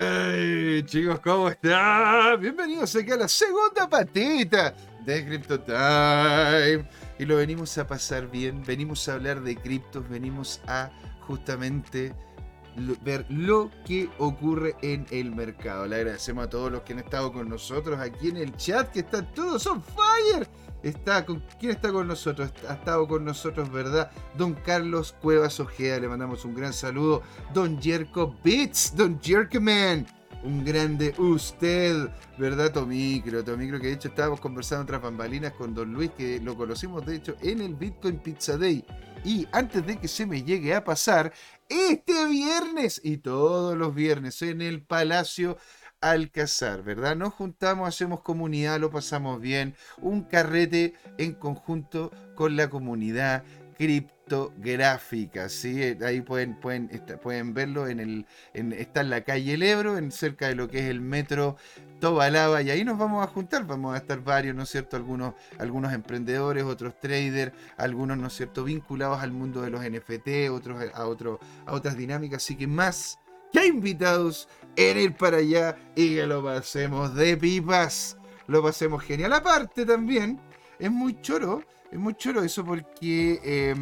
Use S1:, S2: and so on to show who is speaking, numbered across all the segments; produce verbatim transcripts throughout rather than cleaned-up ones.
S1: Hey, chicos, ¿cómo están? Bienvenidos aquí a la segunda patita de Crypto Time. Y lo venimos a pasar bien, venimos a hablar de criptos, venimos a justamente lo- ver lo que ocurre en el mercado. Le agradecemos a todos los que han estado con nosotros aquí en el chat, que están todos on fire. Está con, ¿Quién está con nosotros? Ha estado con nosotros, ¿verdad? Don Carlos Cuevas Ojeda, le mandamos un gran saludo. Don Jerko Beats, Don Jerkman, un grande usted, ¿verdad? Tomicro, Tomicro, que de hecho estábamos conversando tras bambalinas con Don Luis, que lo conocimos de hecho en el Bitcoin Pizza Day. Y antes de que se me llegue a pasar, este viernes y todos los viernes en el Palacio Alcázar, ¿verdad? Nos juntamos, hacemos comunidad, lo pasamos bien, un carrete en conjunto con la comunidad criptográfica, ¿sí? Ahí pueden, pueden, pueden verlo, en el, en, está en la calle El Ebro, en, cerca de lo que es el metro Tobalaba, y ahí nos vamos a juntar, vamos a estar varios, ¿no es cierto? Algunos, algunos emprendedores, otros traders, algunos, ¿no es cierto?, vinculados al mundo de los N F T, otros a, otro, a otras dinámicas, así que más que invitados en ir para allá y que lo pasemos de pipas, lo pasemos genial. Aparte también, es muy choro, es muy choro eso porque eh,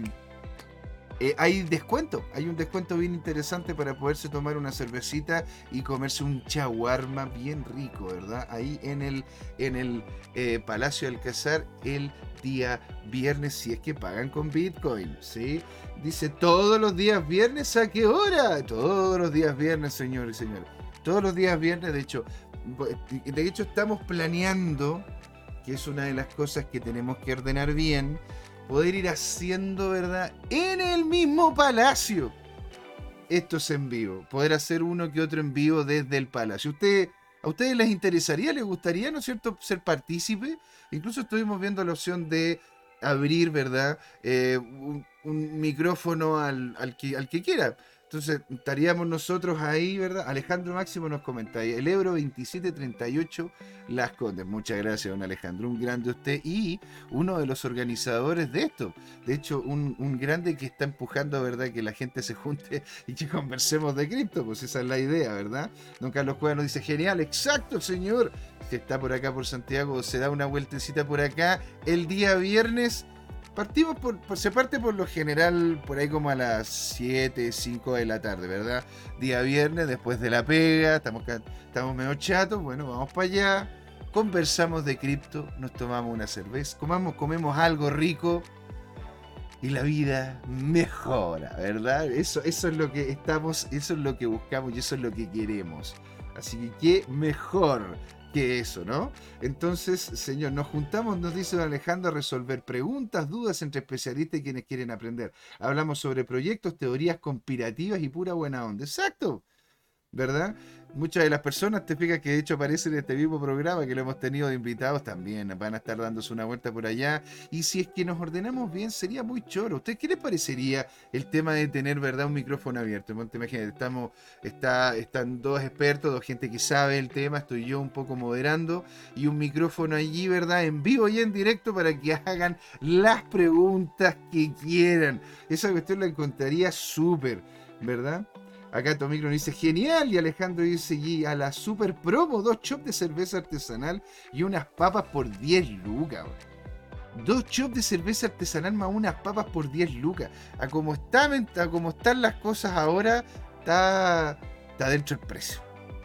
S1: eh, hay descuento, hay un descuento bien interesante para poderse tomar una cervecita y comerse un chaguarma bien rico, ¿verdad? Ahí en el, en el eh, Palacio Alcázar el día viernes, si es que pagan con Bitcoin, ¿sí? Dice, todos los días viernes, ¿a qué hora? Todos los días viernes, señores y señores. Todos los días viernes, de hecho, de hecho estamos planeando, que es una de las cosas que tenemos que ordenar bien, poder ir haciendo, ¿verdad?, en el mismo palacio estos en vivo, poder hacer uno que otro en vivo desde el palacio. ¿Usted, ¿A ustedes les interesaría, les gustaría, ¿no es cierto?, ser partícipe? Incluso estuvimos viendo la opción de abrir, ¿verdad?, eh, un, un micrófono al, al, que, al que quiera. Entonces estaríamos nosotros ahí, ¿verdad? Alejandro Máximo nos comenta ahí, el Ebro veintisiete treinta y ocho Las Condes. Muchas gracias, don Alejandro, un grande usted y uno de los organizadores de esto. De hecho, un, un grande que está empujando, ¿verdad?, que la gente se junte y que conversemos de cripto, pues esa es la idea, ¿verdad? Don Carlos Cueva nos dice, genial, exacto, señor. Que está por acá por Santiago, se da una vueltecita por acá el día viernes. Partimos por, por, se parte por lo general por ahí como a las siete, cinco de la tarde, ¿verdad? Día viernes, después de la pega, estamos, estamos medio chatos, bueno, vamos para allá, conversamos de cripto, nos tomamos una cerveza, comamos, comemos algo rico y la vida mejora, ¿verdad? Eso, eso es lo que estamos, eso es lo que buscamos y eso es lo que queremos. Así que qué mejor que eso, ¿no? Entonces, señor, nos juntamos, nos dice don Alejandro, a resolver preguntas, dudas entre especialistas y quienes quieren aprender. Hablamos sobre proyectos, teorías conspirativas y pura buena onda. Exacto, ¿verdad? Muchas de las personas, te fijas que de hecho aparecen en este mismo programa, que lo hemos tenido de invitados, también van a estar dándose una vuelta por allá. Y si es que nos ordenamos bien, sería muy choro. ¿Usted qué le parecería el tema de tener, verdad, un micrófono abierto? Te imaginas, estamos, está, están dos expertos, dos gente que sabe el tema, estoy yo un poco moderando, y un micrófono allí, ¿verdad?, en vivo y en directo para que hagan las preguntas que quieran. Esa cuestión la encontraría súper, ¿verdad? Acá Tomicro dice, genial, y Alejandro dice, y a la super promo, dos chops de cerveza artesanal y unas papas por diez lucas. Dos chops de cerveza artesanal más unas papas por diez lucas. A como, está, a como están las cosas ahora, está, está dentro del precio,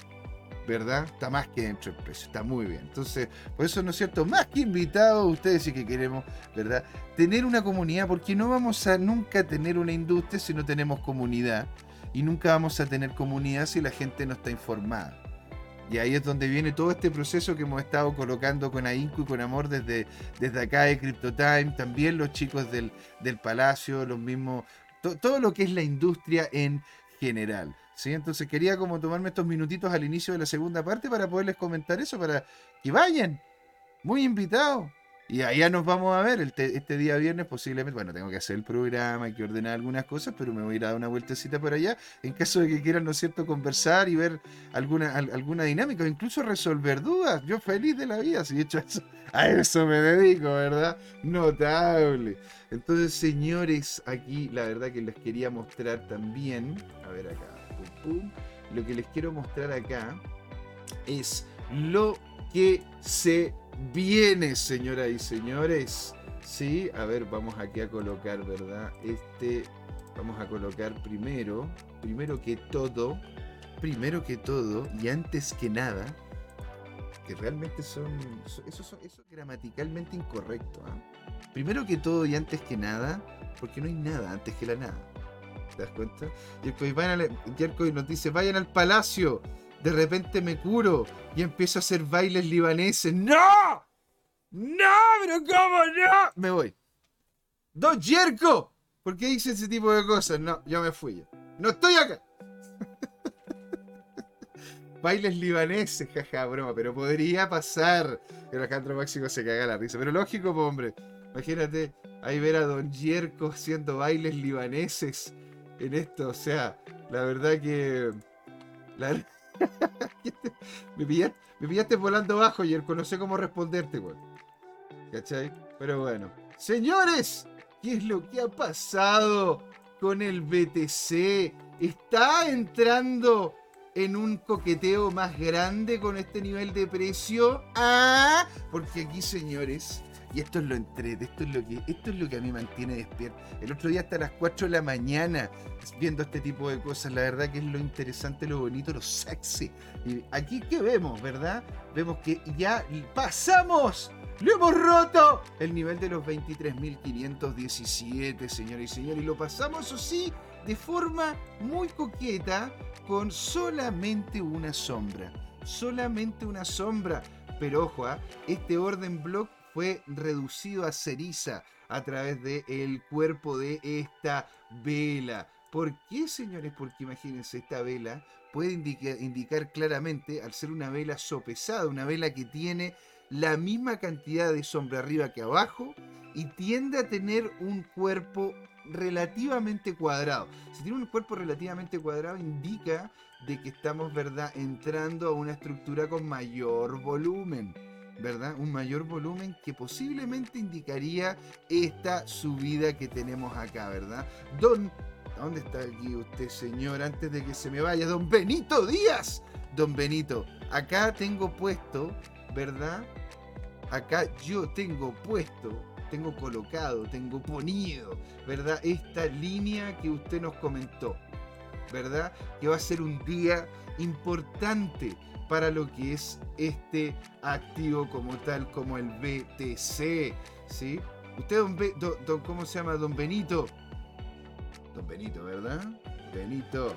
S1: ¿verdad? Está más que dentro del precio, está muy bien. Entonces, por eso, ¿no es cierto?, más que invitados, ustedes sí que queremos, ¿verdad?, tener una comunidad, porque no vamos a nunca tener una industria si no tenemos comunidad. Y nunca vamos a tener comunidad si la gente no está informada. Y ahí es donde viene todo este proceso que hemos estado colocando con ahínco y con amor desde, desde acá de CryptoTime. También los chicos del, del Palacio, los mismos, to, todo lo que es la industria en general, ¿sí? Entonces quería como tomarme estos minutitos al inicio de la segunda parte para poderles comentar eso, para que vayan, muy invitados. Y allá nos vamos a ver el te, este día viernes posiblemente. Bueno, tengo que hacer el programa, hay que ordenar algunas cosas, pero me voy a ir a dar una vueltecita por allá en caso de que quieran, ¿no es cierto?, conversar y ver alguna, al, alguna dinámica o incluso resolver dudas. Yo feliz de la vida, si de hecho eso, a eso me dedico, ¿verdad? Notable. Entonces, señores, aquí la verdad que les quería mostrar también, a ver acá, pum, pum. lo que les quiero mostrar acá es lo que se viene, señoras y señores. Sí, a ver, vamos aquí a colocar, ¿verdad? Este, vamos a colocar primero, primero que todo, primero que todo, y antes que nada, que realmente son, eso, son, eso es gramaticalmente incorrecto, ¿eh? Primero que todo y antes que nada, porque no hay nada antes que la nada. ¿Te das cuenta? Yerkoy nos dice, vayan al palacio, de repente me curo y empiezo a hacer bailes libaneses. ¡No! ¡No! ¿Pero cómo no? Me voy. ¡Don Yerko! ¿Por qué dice ese tipo de cosas? No, yo me fui ya. ¡No estoy acá! Bailes libaneses, jaja, broma, pero podría pasar. Que Alejandro Máximo se caga la risa. Pero lógico, pues, hombre. Imagínate, ahí ver a Don Yerko haciendo bailes libaneses en esto. O sea, la verdad que... La... me, pillaste, me pillaste volando bajo, Yerko. No sé cómo responderte, güey. ¿Cachai? Pero bueno. Señores, ¿qué es lo que ha pasado con el B T C? ¿Está entrando en un coqueteo más grande con este nivel de precio? Ah, porque aquí, señores, y esto es lo entrete, esto es lo que, esto es lo que a mí me mantiene despierto. El otro día hasta las cuatro de la mañana viendo este tipo de cosas, la verdad que es lo interesante, lo bonito, lo sexy. Y aquí, ¿qué vemos, verdad? Vemos que ya pasamos, lo hemos roto el nivel de los veintitrés mil quinientos diecisiete, señores y señores, y lo pasamos, eso sí, de forma muy coqueta, con solamente una sombra. Solamente una sombra. Pero ojo, ¿eh? Este orden block fue reducido a ceniza a través del cuerpo de esta vela. ¿Por qué, señores? Porque imagínense, esta vela puede indicar, indicar claramente, al ser una vela sopesada, una vela que tiene la misma cantidad de sombra arriba que abajo y tiende a tener un cuerpo relativamente cuadrado. Si tiene un cuerpo relativamente cuadrado, indica de que estamos, ¿verdad?, entrando a una estructura con mayor volumen, ¿verdad? Un mayor volumen que posiblemente indicaría esta subida que tenemos acá, ¿verdad? Don, ¿dónde está aquí usted, señor? Antes de que se me vaya, Don Benito Díaz. Don Benito, acá tengo puesto, ¿verdad? Acá yo tengo puesto, tengo colocado, tengo ponido, ¿verdad? Esta línea que usted nos comentó, ¿verdad? Que va a ser un día importante para lo que es este activo como tal, como el B T C, ¿sí? Usted, don, Be, don, don ¿cómo se llama? Don Benito. Don Benito, ¿verdad? Benito.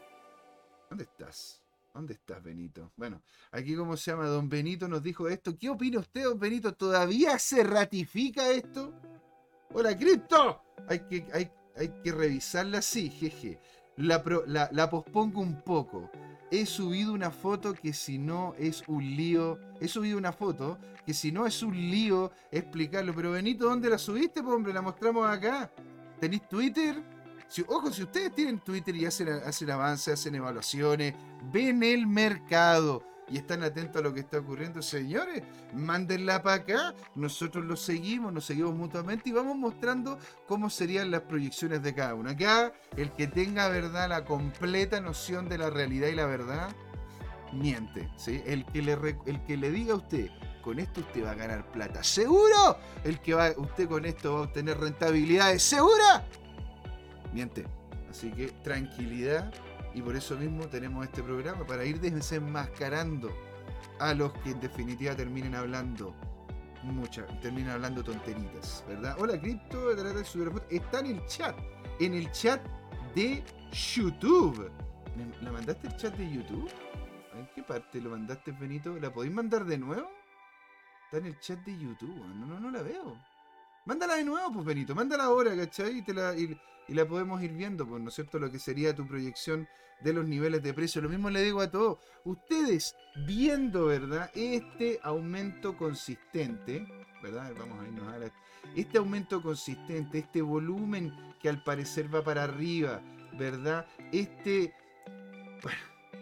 S1: ¿Dónde estás? ¿Dónde estás, Benito? Bueno, aquí, ¿cómo se llama? Don Benito nos dijo esto. ¿Qué opina usted, don Benito? ¿Todavía se ratifica esto? ¡Hola, Cripto! Hay que, hay, hay que revisarla así, jeje. La, pro, la, la pospongo un poco. He subido una foto que si no es un lío... He subido una foto que si no es un lío explicarlo. Pero Benito, ¿dónde la subiste, po, hombre? La mostramos acá. ¿Tenéis Twitter? Si, ojo, si ustedes tienen Twitter y hacen, hacen avances, hacen evaluaciones, ven el mercado y están atentos a lo que está ocurriendo, señores, mándenla para acá, nosotros lo seguimos, nos seguimos mutuamente y vamos mostrando cómo serían las proyecciones de cada uno. Acá, el que tenga, verdad, la completa noción de la realidad y la verdad, miente, ¿sí? El que le, el que le diga a usted, con esto usted va a ganar plata, ¿seguro? El que va, usted con esto va a obtener rentabilidades, ¿segura? Miente. Así que tranquilidad, y por eso mismo tenemos este programa para ir desenmascarando a los que en definitiva terminen hablando mucha, terminen hablando tonteritas, ¿verdad? Hola, Cripto, está en el chat, en el chat de YouTube. ¿La mandaste el chat de YouTube? ¿En qué parte lo mandaste, Benito? ¿La podéis mandar de nuevo? Está en el chat de YouTube. No, no, no la veo. Mándala de nuevo, pues, Benito. Mándala ahora, ¿cachai? Y, te la, y, y la podemos ir viendo, pues, ¿no es cierto? Lo que sería tu proyección de los niveles de precio. Lo mismo le digo a todos. Ustedes viendo, ¿verdad? Este aumento consistente, ¿verdad? Vamos a irnos a la... Este aumento consistente, este volumen que al parecer va para arriba, ¿verdad? Este... Bueno,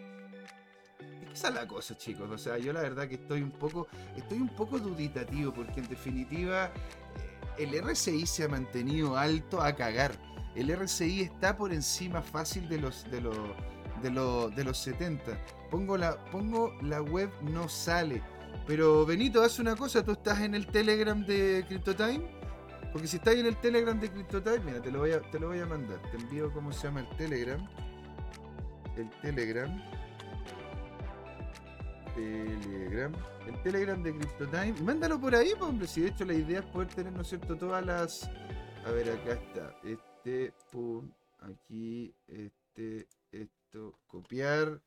S1: esa es la cosa, chicos. O sea, yo la verdad que estoy un poco, estoy un poco duditativo, porque en definitiva el R S I se ha mantenido alto a cagar. El R S I está por encima fácil de los, de los, de, lo, de los setenta. Pongo la, pongo la web, no sale. Pero Benito, haz una cosa, tú estás en el Telegram de CryptoTime. Porque si estás en el Telegram de CryptoTime, mira, te lo voy a, te lo voy a mandar. Te envío cómo se llama el Telegram. El Telegram. Telegram. El Telegram de CryptoTime. Mándalo por ahí, pues, hombre. Si de hecho la idea es poder tener, ¿no es cierto?, todas las... A ver, acá está. Este, pum, aquí, este, esto, copiar.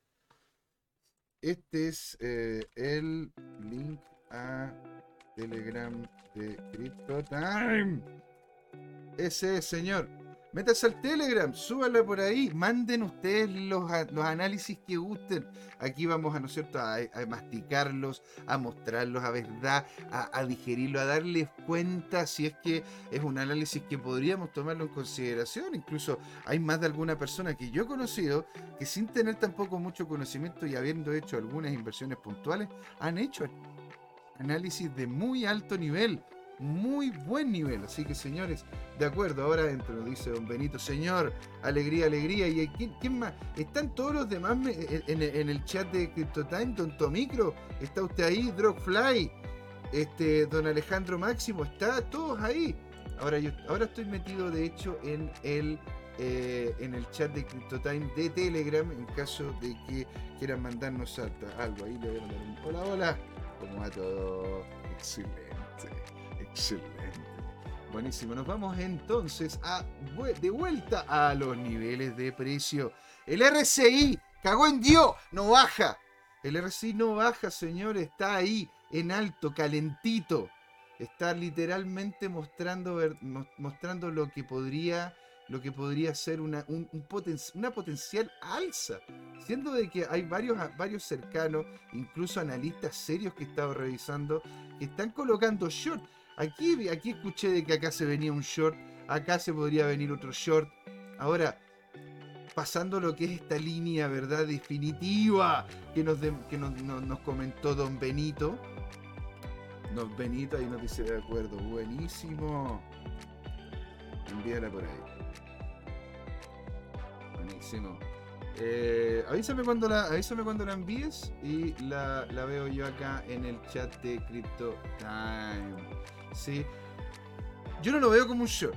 S1: Este es eh, el link a Telegram de CryptoTime. Ese es, señor. Métase al Telegram, súbala por ahí, manden ustedes los, los análisis que gusten. Aquí vamos a, ¿no es cierto?, a, a masticarlos, a mostrarlos a verdad, a, a digerirlo, a darles cuenta si es que es un análisis que podríamos tomarlo en consideración. Incluso hay más de alguna persona que yo he conocido que sin tener tampoco mucho conocimiento y habiendo hecho algunas inversiones puntuales, han hecho análisis de muy alto nivel. Muy buen nivel, así que señores, de acuerdo, ahora dentro, dice don Benito, señor, alegría, alegría, y ¿quién, quién más? ¿Están todos los demás en, en, en el chat de CryptoTime? Don Tomicro, ¿está usted ahí? Drogfly, este, don Alejandro Máximo, ¿está? Todos ahí. Ahora yo ahora estoy metido de hecho en el eh, en el chat de CryptoTime de Telegram, en caso de que quieran mandarnos algo, ahí le voy a mandar un hola, hola, ¿cómo va todo? Excelente. Excelente. Buenísimo. Nos vamos entonces a de vuelta a los niveles de precio. El R S I cagó en Dios, no baja. El R S I no baja, señores. Está ahí en alto, calentito. Está literalmente mostrando, mostrando lo que podría, lo que podría ser una, un, un poten, una potencial alza. Siendo de que hay varios, varios cercanos, incluso analistas serios que he estado revisando, que están colocando short. Aquí, aquí escuché de que acá se venía un short, acá se podría venir otro short. Ahora, pasando lo que es esta línea, ¿verdad?, definitiva que nos, de, que nos, nos, nos comentó don Benito. Don Benito ahí nos dice de acuerdo, buenísimo. Envíala por ahí. Buenísimo. Eh, avísame cuando la avísame cuando la envíes y la, la veo yo acá en el chat de CryptoTime. Sí. Yo no lo veo como un short.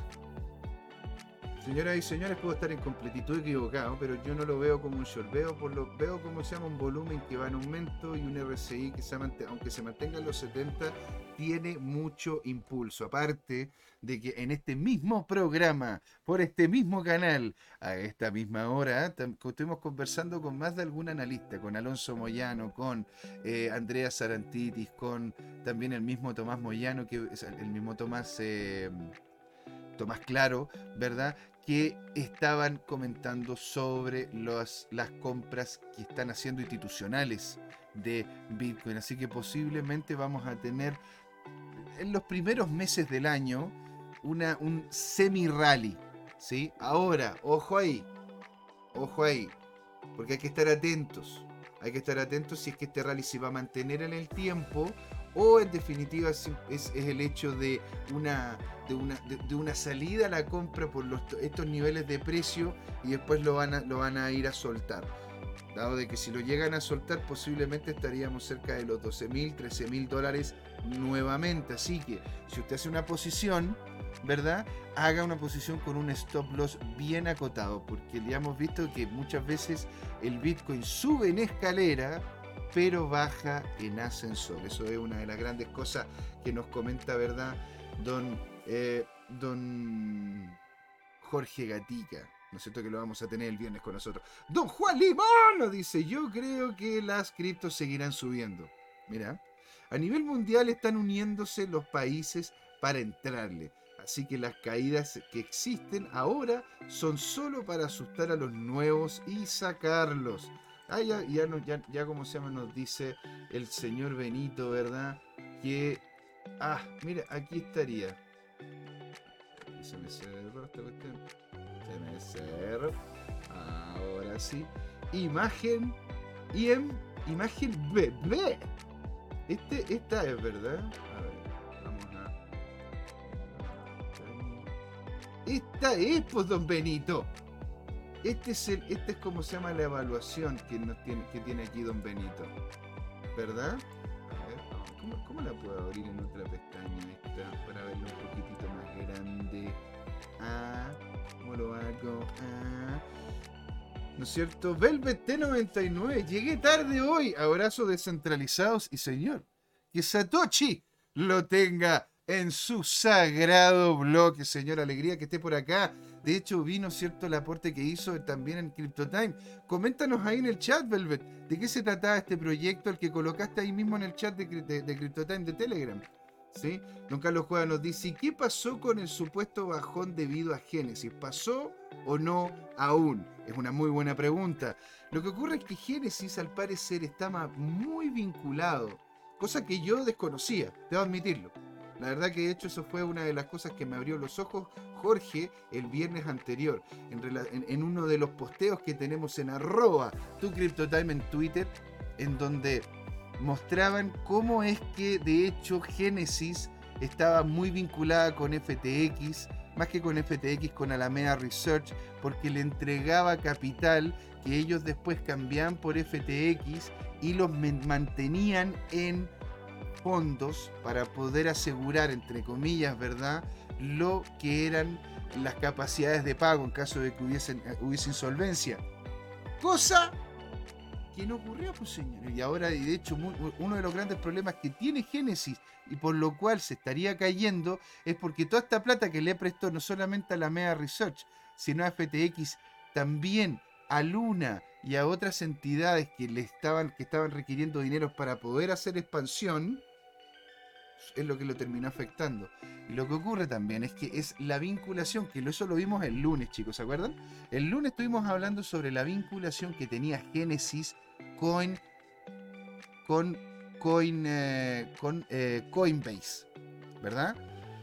S1: Señoras y señores, puedo estar en completitud equivocado, pero yo no lo veo como un short. Veo por lo veo como se llama un volumen que va en aumento y un R S I que se mant- aunque se mantenga en los setenta, tiene mucho impulso. Aparte de que en este mismo programa, por este mismo canal, a esta misma hora, estuvimos conversando con más de algún analista, con Alonso Moyano, con eh, Andrea Sarantitis, con también el mismo Tomás Moyano, que es el mismo Tomás eh, Tomás Claro, ¿verdad?, que estaban comentando sobre los, las compras que están haciendo institucionales de Bitcoin. Así que posiblemente vamos a tener en los primeros meses del año una, un semi-rally, ¿sí? Ahora, ojo ahí, ojo ahí, porque hay que estar atentos. Hay que estar atentos si es que este rally se va a mantener en el tiempo o en definitiva es, es, es el hecho de una, de, una, de, de una salida a la compra por los, estos niveles de precio y después lo van a, lo van a ir a soltar. Dado de que si lo llegan a soltar posiblemente estaríamos cerca de los doce mil, trece mil dólares nuevamente. Así que si usted hace una posición, ¿verdad?, haga una posición con un stop loss bien acotado, porque ya hemos visto que muchas veces el Bitcoin sube en escalera pero baja en ascensor. Eso es una de las grandes cosas que nos comenta, ¿verdad?, don, eh, don Jorge Gatica, ¿no es cierto?, que lo vamos a tener el viernes con nosotros. Don Juan Limón nos dice, yo creo que las criptos seguirán subiendo. Mira, a nivel mundial están uniéndose los países para entrarle. Así que las caídas que existen ahora son solo para asustar a los nuevos y sacarlos. Ah, ya, ya, no, ya, ya como se llama, nos dice el señor Benito, ¿verdad? Que, ah, mira, aquí estaría. Se me cerró esta cuestión. Se me cerró. Ahora sí. Imagen. Y en imagen bebé. Este, esta es verdad. A ver, vamos a. Esta es, pues, don Benito. Este es el, este es como se llama la evaluación que nos tiene, que tiene aquí Don Benito. ¿Verdad? A ver, ¿cómo, cómo la puedo abrir en otra pestaña esta para verlo un poquitito más grande? Ah, ¿cómo lo hago? Ah, ¿no es cierto? Velvet T noventa y nueve, llegué tarde hoy. Abrazos descentralizados y señor, que Satoshi lo tenga en su sagrado bloque, señor. Alegría que esté por acá. De hecho, vino, ¿cierto?, el aporte que hizo también en CryptoTime. Coméntanos ahí en el chat, Velvet, ¿de qué se trataba este proyecto, el que colocaste ahí mismo en el chat de, de, de CryptoTime de Telegram? ¿Sí? Don Carlos Juega nos dice, ¿y qué pasó con el supuesto bajón debido a Génesis? ¿Pasó o no aún? Es una muy buena pregunta. Lo que ocurre es que Génesis, al parecer, estaba muy vinculado, cosa que yo desconocía, debo admitirlo. La verdad que de hecho eso fue una de las cosas que me abrió los ojos Jorge el viernes anterior, en, en, en uno de los posteos que tenemos en arroba tu CryptoTime en Twitter, en donde mostraban cómo es que de hecho Génesis estaba muy vinculada con F T X, más que con F T X, con Alameda Research, porque le entregaba capital que ellos después cambiaban por F T X y los mantenían en fondos para poder asegurar, entre comillas, ¿verdad?, lo que eran las capacidades de pago en caso de que hubiesen, hubiese insolvencia. Cosa que no ocurrió, pues, señores. Y ahora, de hecho, muy, uno de los grandes problemas que tiene Génesis y por lo cual se estaría cayendo es porque toda esta plata que le prestó no solamente a la Alameda Research, sino a F T X, también a Luna y a otras entidades que le estaban, que estaban requiriendo dinero para poder hacer expansión, es lo que lo terminó afectando. Y lo que ocurre también es que es la vinculación, que eso lo vimos el lunes, chicos, ¿se acuerdan? El lunes estuvimos hablando sobre la vinculación que tenía Génesis con con Coin, eh, con eh, Coinbase, ¿verdad?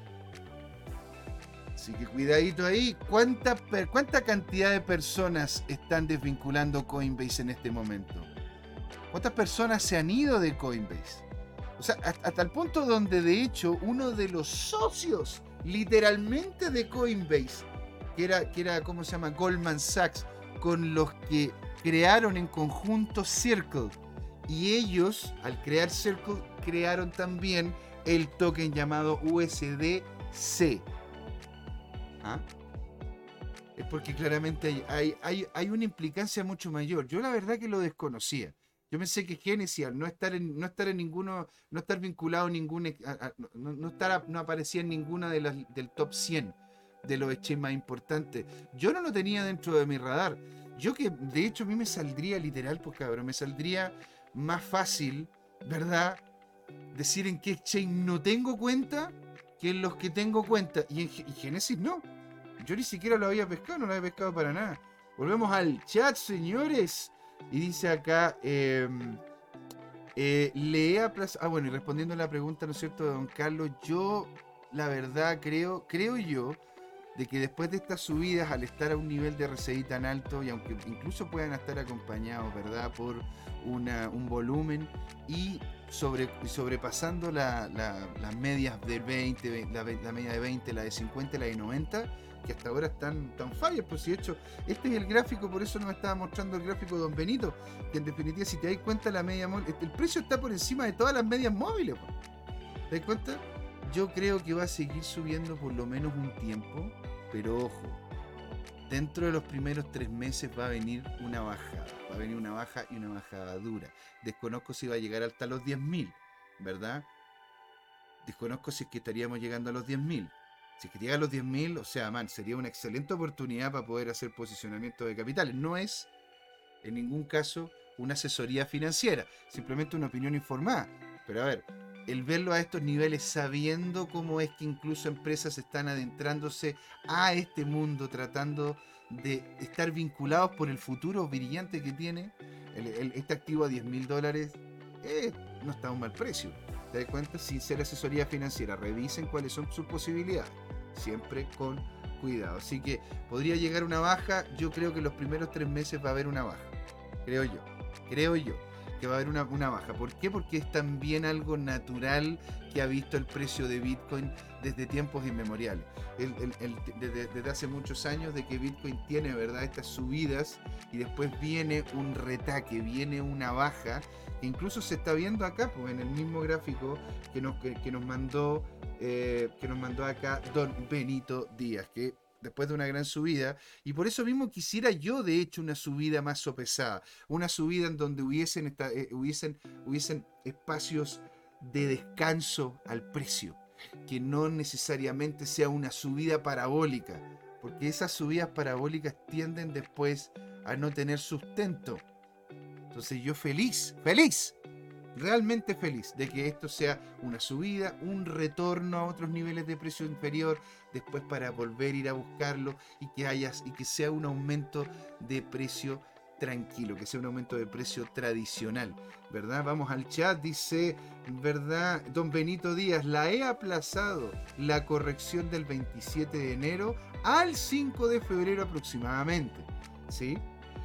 S1: Así que cuidadito ahí. ¿Cuánta, ¿Cuánta cantidad de personas están desvinculando Coinbase en este momento? ¿Cuántas personas se han ido de Coinbase? O sea, hasta el punto donde de hecho uno de los socios literalmente de Coinbase, que era, que era ¿cómo se llama?, Goldman Sachs, con los que crearon en conjunto Circle, y ellos, al crear Circle, crearon también el token llamado U S D C. ¿Ah? Es porque claramente hay, hay, hay, hay una implicancia mucho mayor. Yo la verdad que lo desconocía. Yo pensé que Genesis, al no estar en, no estar en ninguno, no estar vinculado en ningún, a, a, no, no, estar, no aparecía en ninguna de las, del top cien de los exchanges más importantes. Yo no lo tenía dentro de mi radar. Yo que, de hecho, a mí me saldría literal, pues cabrón, me saldría más fácil, ¿verdad?, decir en qué exchange no tengo cuenta que en los que tengo cuenta. Y en y Genesis no. Yo ni siquiera lo había pescado, no lo había pescado para nada. Volvemos al chat, señores. Y dice acá, eh, eh, le he aplazado... Ah, bueno, y respondiendo a la pregunta, ¿no es cierto?, de don Carlos, yo, la verdad, creo, creo yo, de que después de estas subidas, al estar a un nivel de R S I tan alto, y aunque incluso puedan estar acompañados, ¿verdad?, por una, un volumen, y sobre, sobrepasando la, la, las medias de veinte, la, la media de veinte, la de cincuenta y la de noventa, que hasta ahora están tan fallas, pues si de hecho este es el gráfico, por eso nos estaba mostrando el gráfico de Don Benito, que en definitiva, si te das cuenta, la media móvil, el precio está por encima de todas las medias móviles, pues. ¿Te das cuenta? Yo creo que va a seguir subiendo por lo menos un tiempo, pero ojo, dentro de los primeros tres meses va a venir una bajada, va a venir una baja y una bajada dura. Desconozco si va a llegar hasta los diez mil, ¿verdad? Desconozco si es que estaríamos llegando a los diez mil. Si es que llega a los diez mil, o sea, man, sería una excelente oportunidad para poder hacer posicionamiento de capitales. No es, en ningún caso, una asesoría financiera, simplemente una opinión informada. Pero a ver, el verlo a estos niveles, sabiendo cómo es que incluso empresas están adentrándose a este mundo, tratando de estar vinculados por el futuro brillante que tiene, el, el, este activo a diez mil dólares, eh, no está a un mal precio. ¿Te das cuenta? Sin ser asesoría financiera, revisen cuáles son sus posibilidades, siempre con cuidado. Así que podría llegar una baja. Yo creo que los primeros tres meses va a haber una baja, creo yo, creo yo. que va a haber una, una baja. ¿Por qué? Porque es también algo natural que ha visto el precio de Bitcoin desde tiempos inmemoriales. El, el, el, desde, desde hace muchos años de que Bitcoin tiene, ¿verdad?, estas subidas y después viene un retaque, viene una baja, que incluso se está viendo acá, pues en el mismo gráfico que nos, que, que nos mandó eh, que nos mandó acá don Benito Díaz, que después de una gran subida, y por eso mismo quisiera yo de hecho una subida más sopesada, una subida en donde hubiesen, esta, eh, hubiesen, hubiesen espacios de descanso al precio, que no necesariamente sea una subida parabólica, porque esas subidas parabólicas tienden después a no tener sustento. Entonces yo feliz, feliz, realmente feliz de que esto sea una subida, un retorno a otros niveles de precio inferior, después para volver a ir a buscarlo y que haya, y que sea un aumento de precio tranquilo, que sea un aumento de precio tradicional, ¿verdad? Vamos al chat, dice, ¿verdad? Don Benito Díaz, la he aplazado la corrección del veintisiete de enero al cinco de febrero aproximadamente, ¿sí?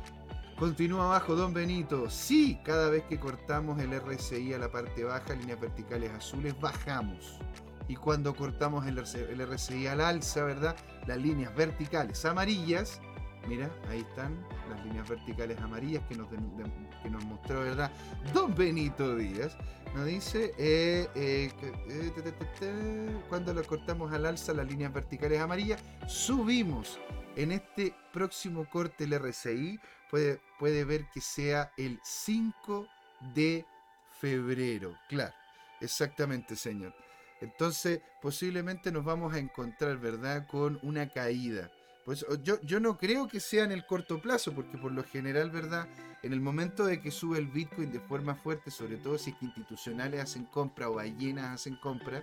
S1: Continúa abajo Don Benito. Sí, cada vez que cortamos el R S I a la parte baja, líneas verticales azules, bajamos. Y cuando cortamos el R S I al alza, ¿verdad? Las líneas verticales amarillas, mira, ahí están las líneas verticales amarillas que nos, de, de, que nos mostró, ¿verdad? Don Benito Díaz. Nos dice, eh, eh, eh, te, te, te, te, cuando lo cortamos al alza, las líneas verticales amarillas, subimos. En este próximo corte el R S I puede, puede ver que sea el cinco de febrero. Claro, exactamente, señor. Entonces, posiblemente nos vamos a encontrar, ¿verdad?, con una caída. Pues yo, yo no creo que sea en el corto plazo, porque por lo general, ¿verdad?, en el momento de que sube el Bitcoin de forma fuerte, sobre todo si es que institucionales hacen compra o ballenas hacen compra,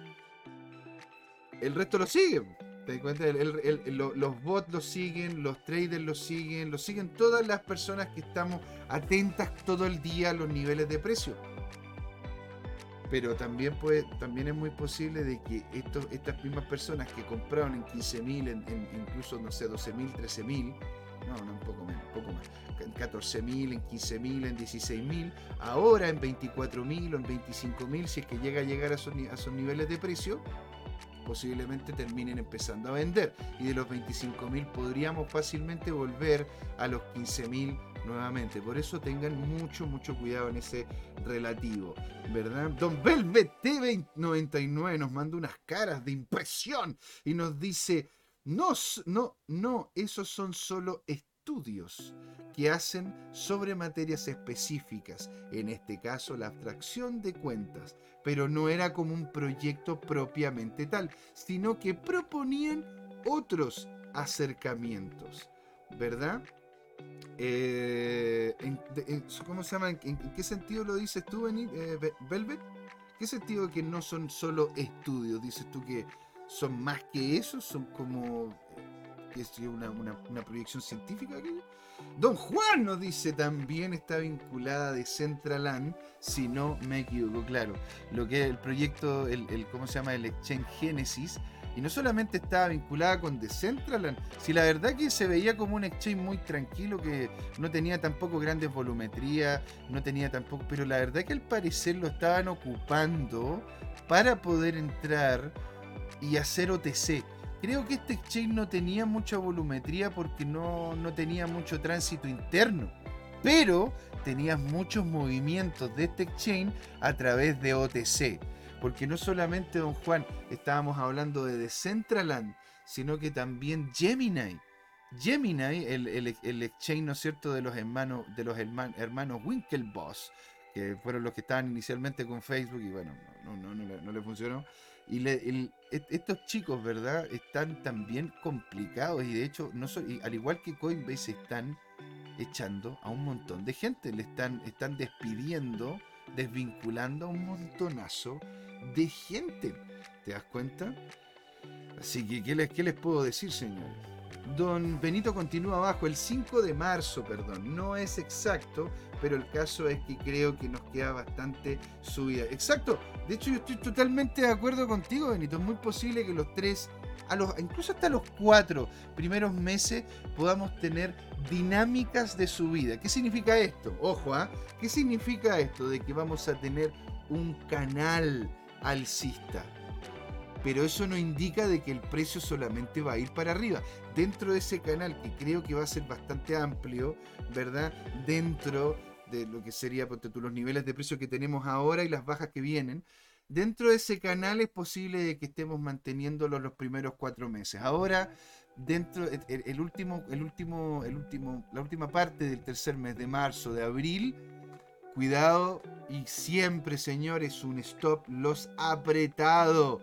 S1: el resto lo sigue. ¿Te das cuenta? El, el, el, el, los bots lo siguen, los traders lo siguen, lo siguen todas las personas que estamos atentas todo el día a los niveles de precio. Pero también, puede, también es muy posible de que estos, estas mismas personas que compraron en quince mil, en, en, incluso, no sé, doce mil, trece mil, no, no, un poco menos, un poco más, en catorce mil, en quince mil, en dieciséis mil, ahora en veinticuatro mil o en veinticinco mil, si es que llega a llegar a esos, a esos niveles de precio, posiblemente terminen empezando a vender, y de los veinticinco mil podríamos fácilmente volver a los quince mil nuevamente. Por eso tengan mucho mucho cuidado en ese relativo, ¿verdad? Don Velvet T noventa y nueve nos manda unas caras de impresión y nos dice, no, no, no, esos son solo estudios que hacen sobre materias específicas, en este caso la abstracción de cuentas, pero no era como un proyecto propiamente tal, sino que proponían otros acercamientos, ¿verdad? Eh, en, en, ¿Cómo se llama? ¿En, en qué sentido lo dices tú, eh, Velvet? ¿Qué sentido que no son solo estudios? ¿Dices tú que son más que eso? ¿Son como que es una, una, una proyección científica aquí? Don Juan nos dice, también está vinculada a Decentraland, si no me equivoco, claro. Lo que es el proyecto, el, el ¿cómo se llama? El Exchange Genesis. Y no solamente estaba vinculada con Decentraland, si la verdad que se veía como un exchange muy tranquilo, que no tenía tampoco grandes volumetrías, no tenía tampoco, pero la verdad que al parecer lo estaban ocupando para poder entrar y hacer O T C. Creo que este exchange no tenía mucha volumetría porque no, no tenía mucho tránsito interno, pero tenías muchos movimientos de este exchange a través de O T C. Porque no solamente, don Juan, estábamos hablando de Decentraland, sino que también Gemini. Gemini, el, el, el exchange, ¿no es cierto?, de los hermanos, de los herman, hermanos Winklevoss, que fueron los que estaban inicialmente con Facebook y bueno, no, no, no, no, no le funcionó. Y le, el, estos chicos, ¿verdad?, están también complicados y de hecho, no so, y al igual que Coinbase, están echando a un montón de gente, le están, están despidiendo, desvinculando a un montonazo de gente. ¿Te das cuenta? Así que, ¿qué les, qué les puedo decir, señores? Don Benito continúa abajo, el cinco de marzo, perdón, no es exacto, pero el caso es que creo que nos queda bastante subida. Exacto, de hecho yo estoy totalmente de acuerdo contigo, Benito, es muy posible que los tres a los, incluso hasta los cuatro primeros meses podamos tener dinámicas de subida. ¿Qué significa esto? Ojo, ¿ah? ¿eh? ¿Qué significa esto de que vamos a tener un canal alcista? Pero eso no indica de que el precio solamente va a ir para arriba. Dentro de ese canal, que creo que va a ser bastante amplio, ¿verdad? Dentro de lo que sería, ponte tú, los niveles de precio que tenemos ahora y las bajas que vienen, dentro de ese canal es posible de que estemos manteniéndolo los primeros cuatro meses. Ahora, dentro el, el último, el último, el último, la última parte del tercer mes de marzo, de abril, cuidado, y siempre, señores, un stop loss apretado.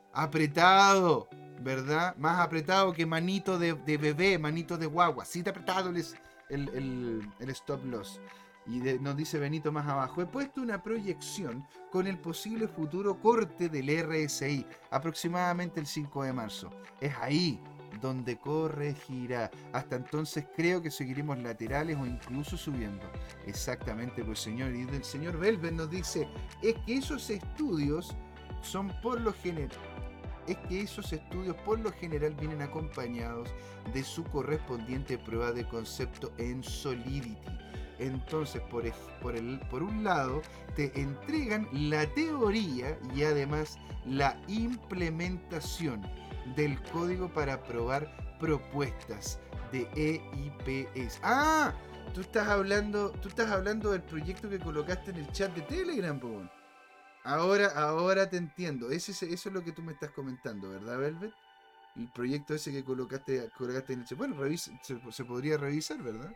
S1: Apretado, ¿verdad? Más apretado que manito de, de bebé, manito de guagua. Así de apretado el, el, el, el stop loss. Y de, nos dice Benito más abajo: he puesto una proyección con el posible futuro corte del R S I, aproximadamente el cinco de marzo. Es ahí donde corregirá. Hasta entonces creo que seguiremos laterales o incluso subiendo. Exactamente, pues señor. Y el señor Velvet nos dice: es que esos estudios son por lo general. es que esos estudios por lo general vienen acompañados de su correspondiente prueba de concepto en Solidity. Entonces, por, por, el, por un lado, te entregan la teoría y además la implementación del código para probar propuestas de E I P S. ¡Ah! Tú estás hablando, tú estás hablando del proyecto que colocaste en el chat de Telegram, po. Ahora, ahora te entiendo. Ese, eso es lo que tú me estás comentando, ¿verdad, Velvet? El proyecto ese que colocaste, colocaste en el chat. Bueno, revisa, se, se podría revisar, ¿verdad?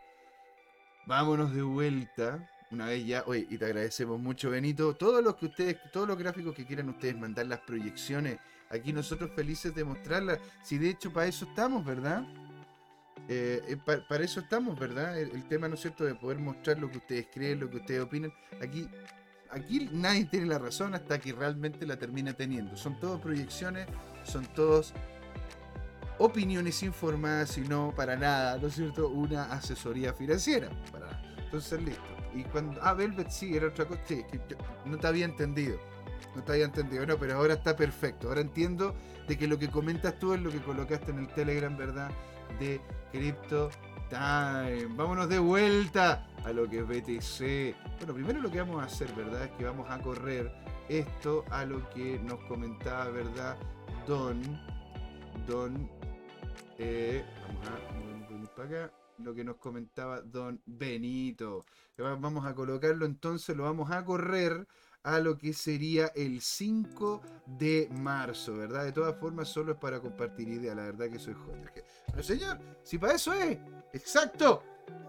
S1: Vámonos de vuelta. Una vez ya, oye, y te agradecemos mucho, Benito. Todos los que ustedes, todos los gráficos que quieran ustedes mandar, las proyecciones, aquí nosotros felices de mostrarlas. Si de hecho para eso estamos, ¿verdad? Eh, eh, pa, para eso estamos, ¿verdad? El, el tema, ¿no es cierto?, de poder mostrar lo que ustedes creen, lo que ustedes opinan. Aquí, aquí nadie tiene la razón hasta que realmente la termina teniendo. Son todas proyecciones, son todos opiniones informadas y no para nada, ¿no es cierto?, una asesoría financiera. Para nada. Entonces, listo. Y cuando. Ah, Velvet sí, era otra cosa. Sí, que yo no te había entendido. No te había entendido, no, pero ahora está perfecto. Ahora entiendo de que lo que comentas tú es lo que colocaste en el Telegram, ¿verdad? De Crypto Time. Vámonos de vuelta a lo que es B T C. Bueno, primero lo que vamos a hacer, ¿verdad?, es que vamos a correr esto a lo que nos comentaba, ¿verdad?, Don. Don. Eh, vamos a venir para acá. Lo que nos comentaba Don Benito. Vamos a colocarlo entonces, lo vamos a correr a lo que sería el cinco de marzo, ¿verdad? De todas formas, solo es para compartir ideas. La verdad que soy joven. Pero señor, si para eso es. Exacto.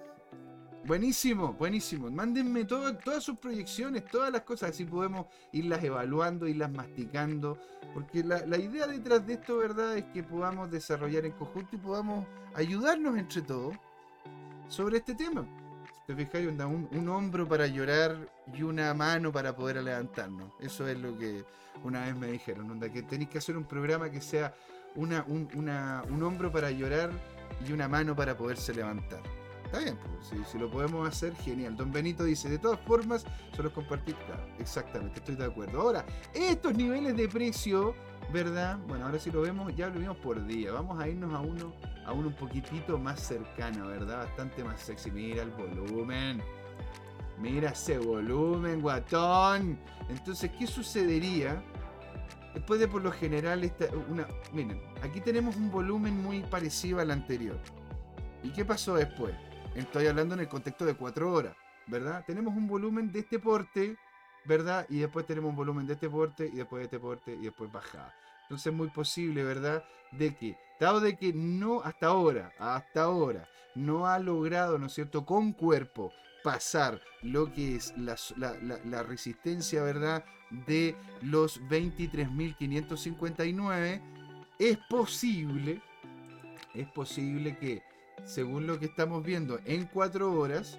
S1: Buenísimo, buenísimo. Mándenme todo, todas sus proyecciones, todas las cosas, así podemos irlas evaluando, irlas masticando. Porque la, la idea detrás de esto, ¿verdad?, es que podamos desarrollar en conjunto y podamos ayudarnos entre todos sobre este tema. ¿Te fijáis? Un, un hombro para llorar y una mano para poder levantarnos. Eso es lo que una vez me dijeron, onda, que tenéis que hacer un programa que sea una, un, una, un hombro para llorar y una mano para poderse levantar. Está bien, pues, si, si lo podemos hacer, genial. Don Benito dice: de todas formas, solo compartir. Claro, exactamente, estoy de acuerdo. Ahora, estos niveles de precio, ¿verdad? Bueno, ahora sí lo vemos, ya lo vimos por día. Vamos a irnos a uno, a uno un poquitito más cercano, ¿verdad? Bastante más sexy. Mira el volumen. Mira ese volumen, guatón. Entonces, ¿qué sucedería? Después de, por lo general, esta, una, miren, aquí tenemos un volumen muy parecido al anterior. ¿Y qué pasó después? Estoy hablando en el contexto de cuatro horas, ¿verdad? Tenemos un volumen de este porte, ¿verdad? Y después tenemos un volumen de este porte, y después de este porte, y después bajada. Entonces es muy posible, ¿verdad?, de que, dado de que no, hasta ahora, hasta ahora, no ha logrado, ¿no es cierto?, con cuerpo, pasar lo que es la, la, la, la resistencia, ¿verdad?, de los veintitrés mil quinientos cincuenta y nueve, es posible, es posible que, según lo que estamos viendo en cuatro horas,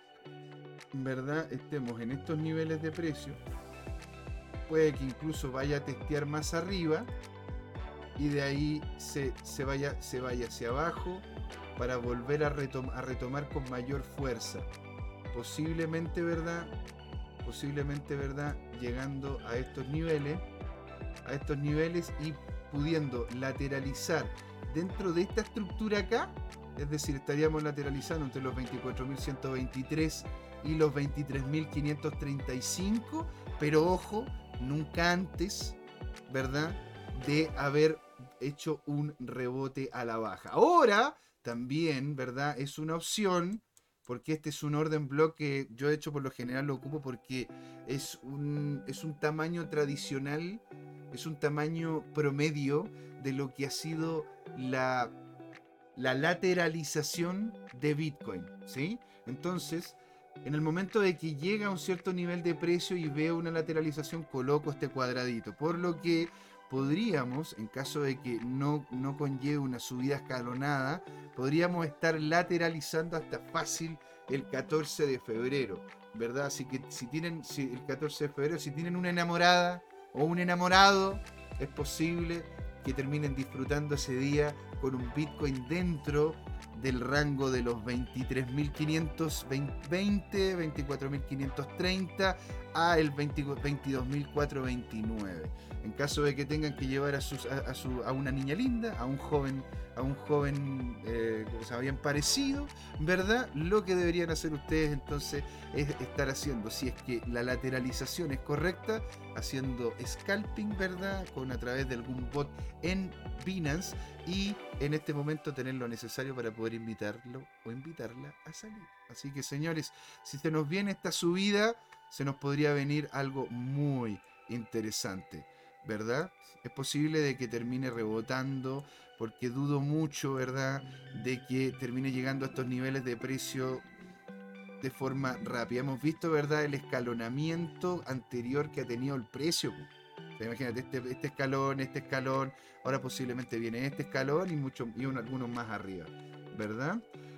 S1: ¿verdad?, estemos en estos niveles de precio. Puede que incluso vaya a testear más arriba y de ahí se, se, vaya, se vaya hacia abajo para volver a, retom a retomar con mayor fuerza. Posiblemente, ¿verdad? Posiblemente, ¿verdad?, llegando a estos niveles, a estos niveles y pudiendo lateralizar dentro de esta estructura acá, es decir, estaríamos lateralizando entre los veinticuatro mil ciento veintitrés y los veintitrés mil quinientos treinta y cinco, pero ojo, nunca antes, ¿verdad?, de haber hecho un rebote a la baja. Ahora, también, ¿verdad?, es una opción, porque este es un orden block que yo de hecho por lo general lo ocupo porque es un, es un tamaño tradicional, es un tamaño promedio de lo que ha sido la, la lateralización de Bitcoin, ¿sí? Entonces, en el momento de que llega a un cierto nivel de precio y veo una lateralización, coloco este cuadradito, por lo que podríamos, en caso de que no, no conlleve una subida escalonada, podríamos estar lateralizando hasta fácil el catorce de febrero, ¿verdad? Así que si tienen, si el catorce de febrero, si tienen una enamorada o un enamorado, es posible que terminen disfrutando ese día con un Bitcoin dentro del rango de los veintitrés mil quinientos veinte, veinticuatro mil quinientos treinta a el veintidós mil cuatrocientos veintinueve. En caso de que tengan que llevar a, sus, a, a, su, a una niña linda, a un joven, a un joven eh, que se habían parecido, ¿verdad? Lo que deberían hacer ustedes entonces es estar haciendo, si es que la lateralización es correcta, haciendo scalping, ¿verdad?, con a través de algún bot en Binance, y en este momento tener lo necesario para poder invitarlo o invitarla a salir. Así que, señores, si se nos viene esta subida, se nos podría venir algo muy interesante, ¿verdad? Es posible de que termine rebotando, porque dudo mucho, ¿verdad?, de que termine llegando a estos niveles de precio de forma rápida. Hemos visto, ¿verdad?, el escalonamiento anterior que ha tenido el precio. O sea, imagínate, este, este escalón, este escalón, ahora posiblemente viene este escalón y, mucho, y uno, algunos más arriba, ¿verdad?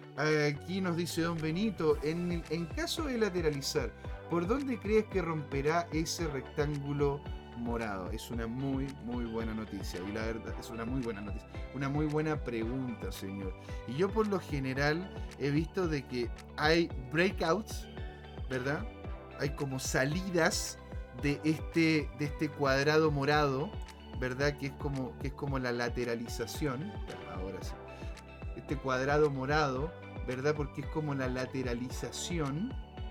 S1: Aquí nos dice Don Benito, en, en caso de lateralizar, ¿por dónde crees que romperá ese rectángulo morado? Es una muy, muy buena noticia. Y la verdad, es una muy buena noticia. Una muy buena pregunta, señor. Y yo por lo general he visto de que hay breakouts, ¿verdad? Hay como salidas de este, de este cuadrado morado, ¿verdad? Que es como, que es como la lateralización. Ahora sí. Este cuadrado morado, ¿verdad? Porque es como la lateralización.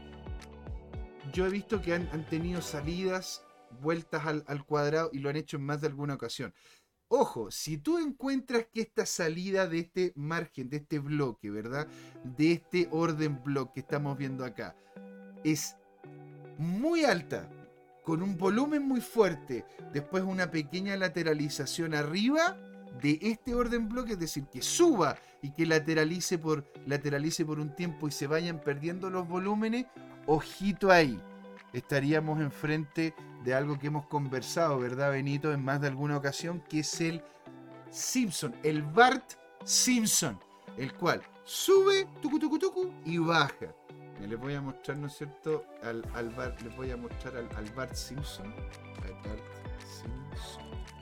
S1: Yo he visto que han, han tenido salidas, vueltas al, al cuadrado, y lo han hecho en más de alguna ocasión. Ojo, si tú encuentras que esta salida de este margen, de este bloque, ¿verdad?, de este orden block que estamos viendo acá, es muy alta, con un volumen muy fuerte, después una pequeña lateralización arriba de este orden bloque, es decir, que suba y que lateralice por, lateralice por un tiempo y se vayan perdiendo los volúmenes, ojito ahí. Estaríamos enfrente de algo que hemos conversado, ¿verdad, Benito?, en más de alguna ocasión, que es el Simpson, el Bart Simpson, el cual sube, tucu, tucu, tucu, y baja. Les voy a mostrar, ¿no es cierto?, al, al Bart, les voy a mostrar al, al Bart Simpson. Al Bart Simpson.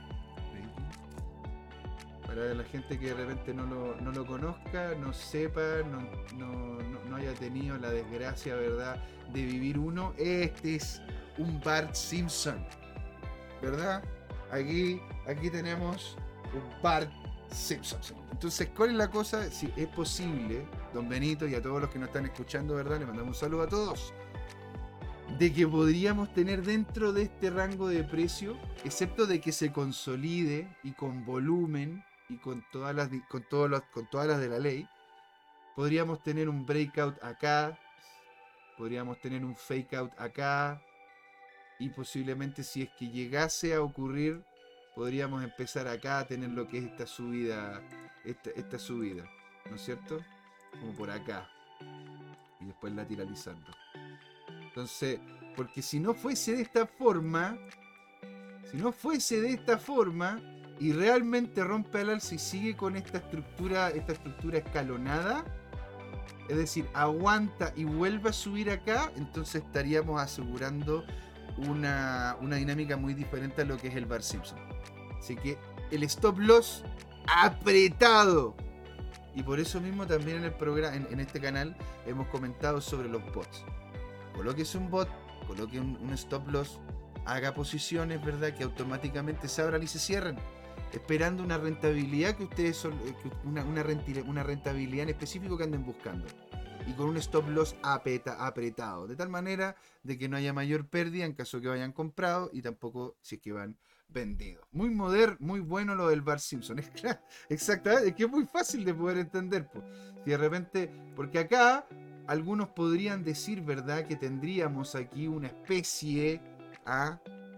S1: Para la gente que de repente no lo, no lo conozca, no sepa, no, no, no, no haya tenido la desgracia, ¿verdad?, de vivir uno, este es un Bart Simpson, ¿verdad? Aquí, aquí tenemos un Bart Simpson. Entonces, ¿cuál es la cosa? Si es posible, Don Benito, y a todos los que nos están escuchando, ¿verdad?, le mandamos un saludo a todos, de que podríamos tener dentro de este rango de precio, excepto de que se consolide y con volumen y con todas las, con todas las, con todas las de la ley, podríamos tener un breakout acá, podríamos tener un fake out acá, y posiblemente, si es que llegase a ocurrir, podríamos empezar acá a tener lo que es esta subida, esta, esta subida, ¿no es cierto? Como por acá, y después lateralizando. Entonces, porque si no fuese de esta forma, si no fuese de esta forma, y realmente rompe al alza y sigue con esta estructura, esta estructura escalonada, es decir, aguanta y vuelve a subir acá, entonces estaríamos asegurando una, una dinámica muy diferente a lo que es el Bart Simpson. Así que el stop loss apretado. Y por eso mismo también en el programa, en, en este canal, hemos comentado sobre los bots. Colóquese un bot, coloque un, un stop loss, haga posiciones, ¿verdad?, que automáticamente se abran y se cierren. esperando una rentabilidad que ustedes son, que una, una, renti- una rentabilidad en específico que anden buscando. Y con un stop loss apeta, apretado, de tal manera de que no haya mayor pérdida en caso que vayan comprado y tampoco si es que van vendidos. Muy moderno, muy bueno lo del Bart Simpson. Es claro, exactamente, es que es muy fácil de poder entender. Pues. Si de repente, porque acá algunos podrían decir, ¿verdad?, que tendríamos aquí una especie ¿ah?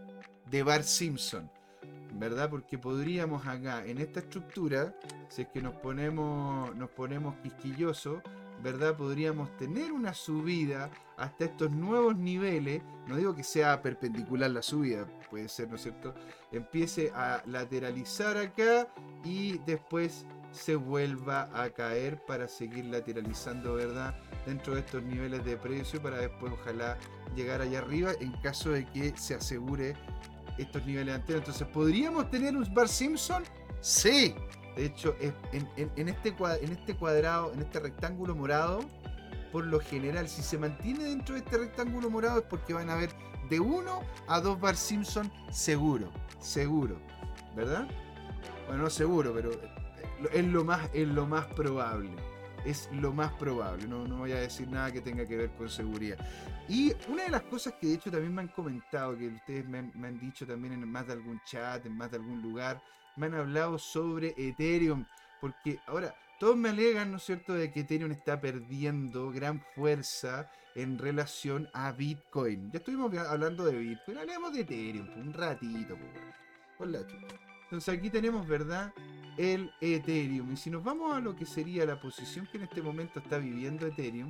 S1: de Bart Simpson. ¿Verdad? Porque podríamos acá, en esta estructura, si es que nos ponemos, nos ponemos quisquillosos, ¿verdad? Podríamos tener una subida hasta estos nuevos niveles. No digo que sea perpendicular la subida, puede ser, ¿no es cierto? Empiece a lateralizar acá y después se vuelva a caer para seguir lateralizando, ¿verdad? Dentro de estos niveles de precio para después ojalá llegar allá arriba en caso de que se asegure estos niveles anteriores. Entonces, ¿podríamos tener un Bart Simpson? Sí. De hecho, en, en, en, este cuadrado, en este cuadrado, en este rectángulo morado, por lo general, si se mantiene dentro de este rectángulo morado es porque van a haber de uno a dos Bart Simpson seguro. Seguro. ¿Verdad? Bueno, no seguro, pero es lo más, es lo más probable. Es lo más probable, no, no voy a decir nada que tenga que ver con seguridad. Y una de las cosas que de hecho también me han comentado, que ustedes me, me han dicho también en más de algún chat, en más de algún lugar, me han hablado sobre Ethereum, porque ahora todos me alegan, ¿no es cierto?, de que Ethereum está perdiendo gran fuerza en relación a Bitcoin. Ya estuvimos hablando de Bitcoin, hablemos de Ethereum, un ratito, por la chucha. Entonces aquí tenemos, ¿verdad?, el Ethereum. Y si nos vamos a lo que sería la posición que en este momento está viviendo Ethereum,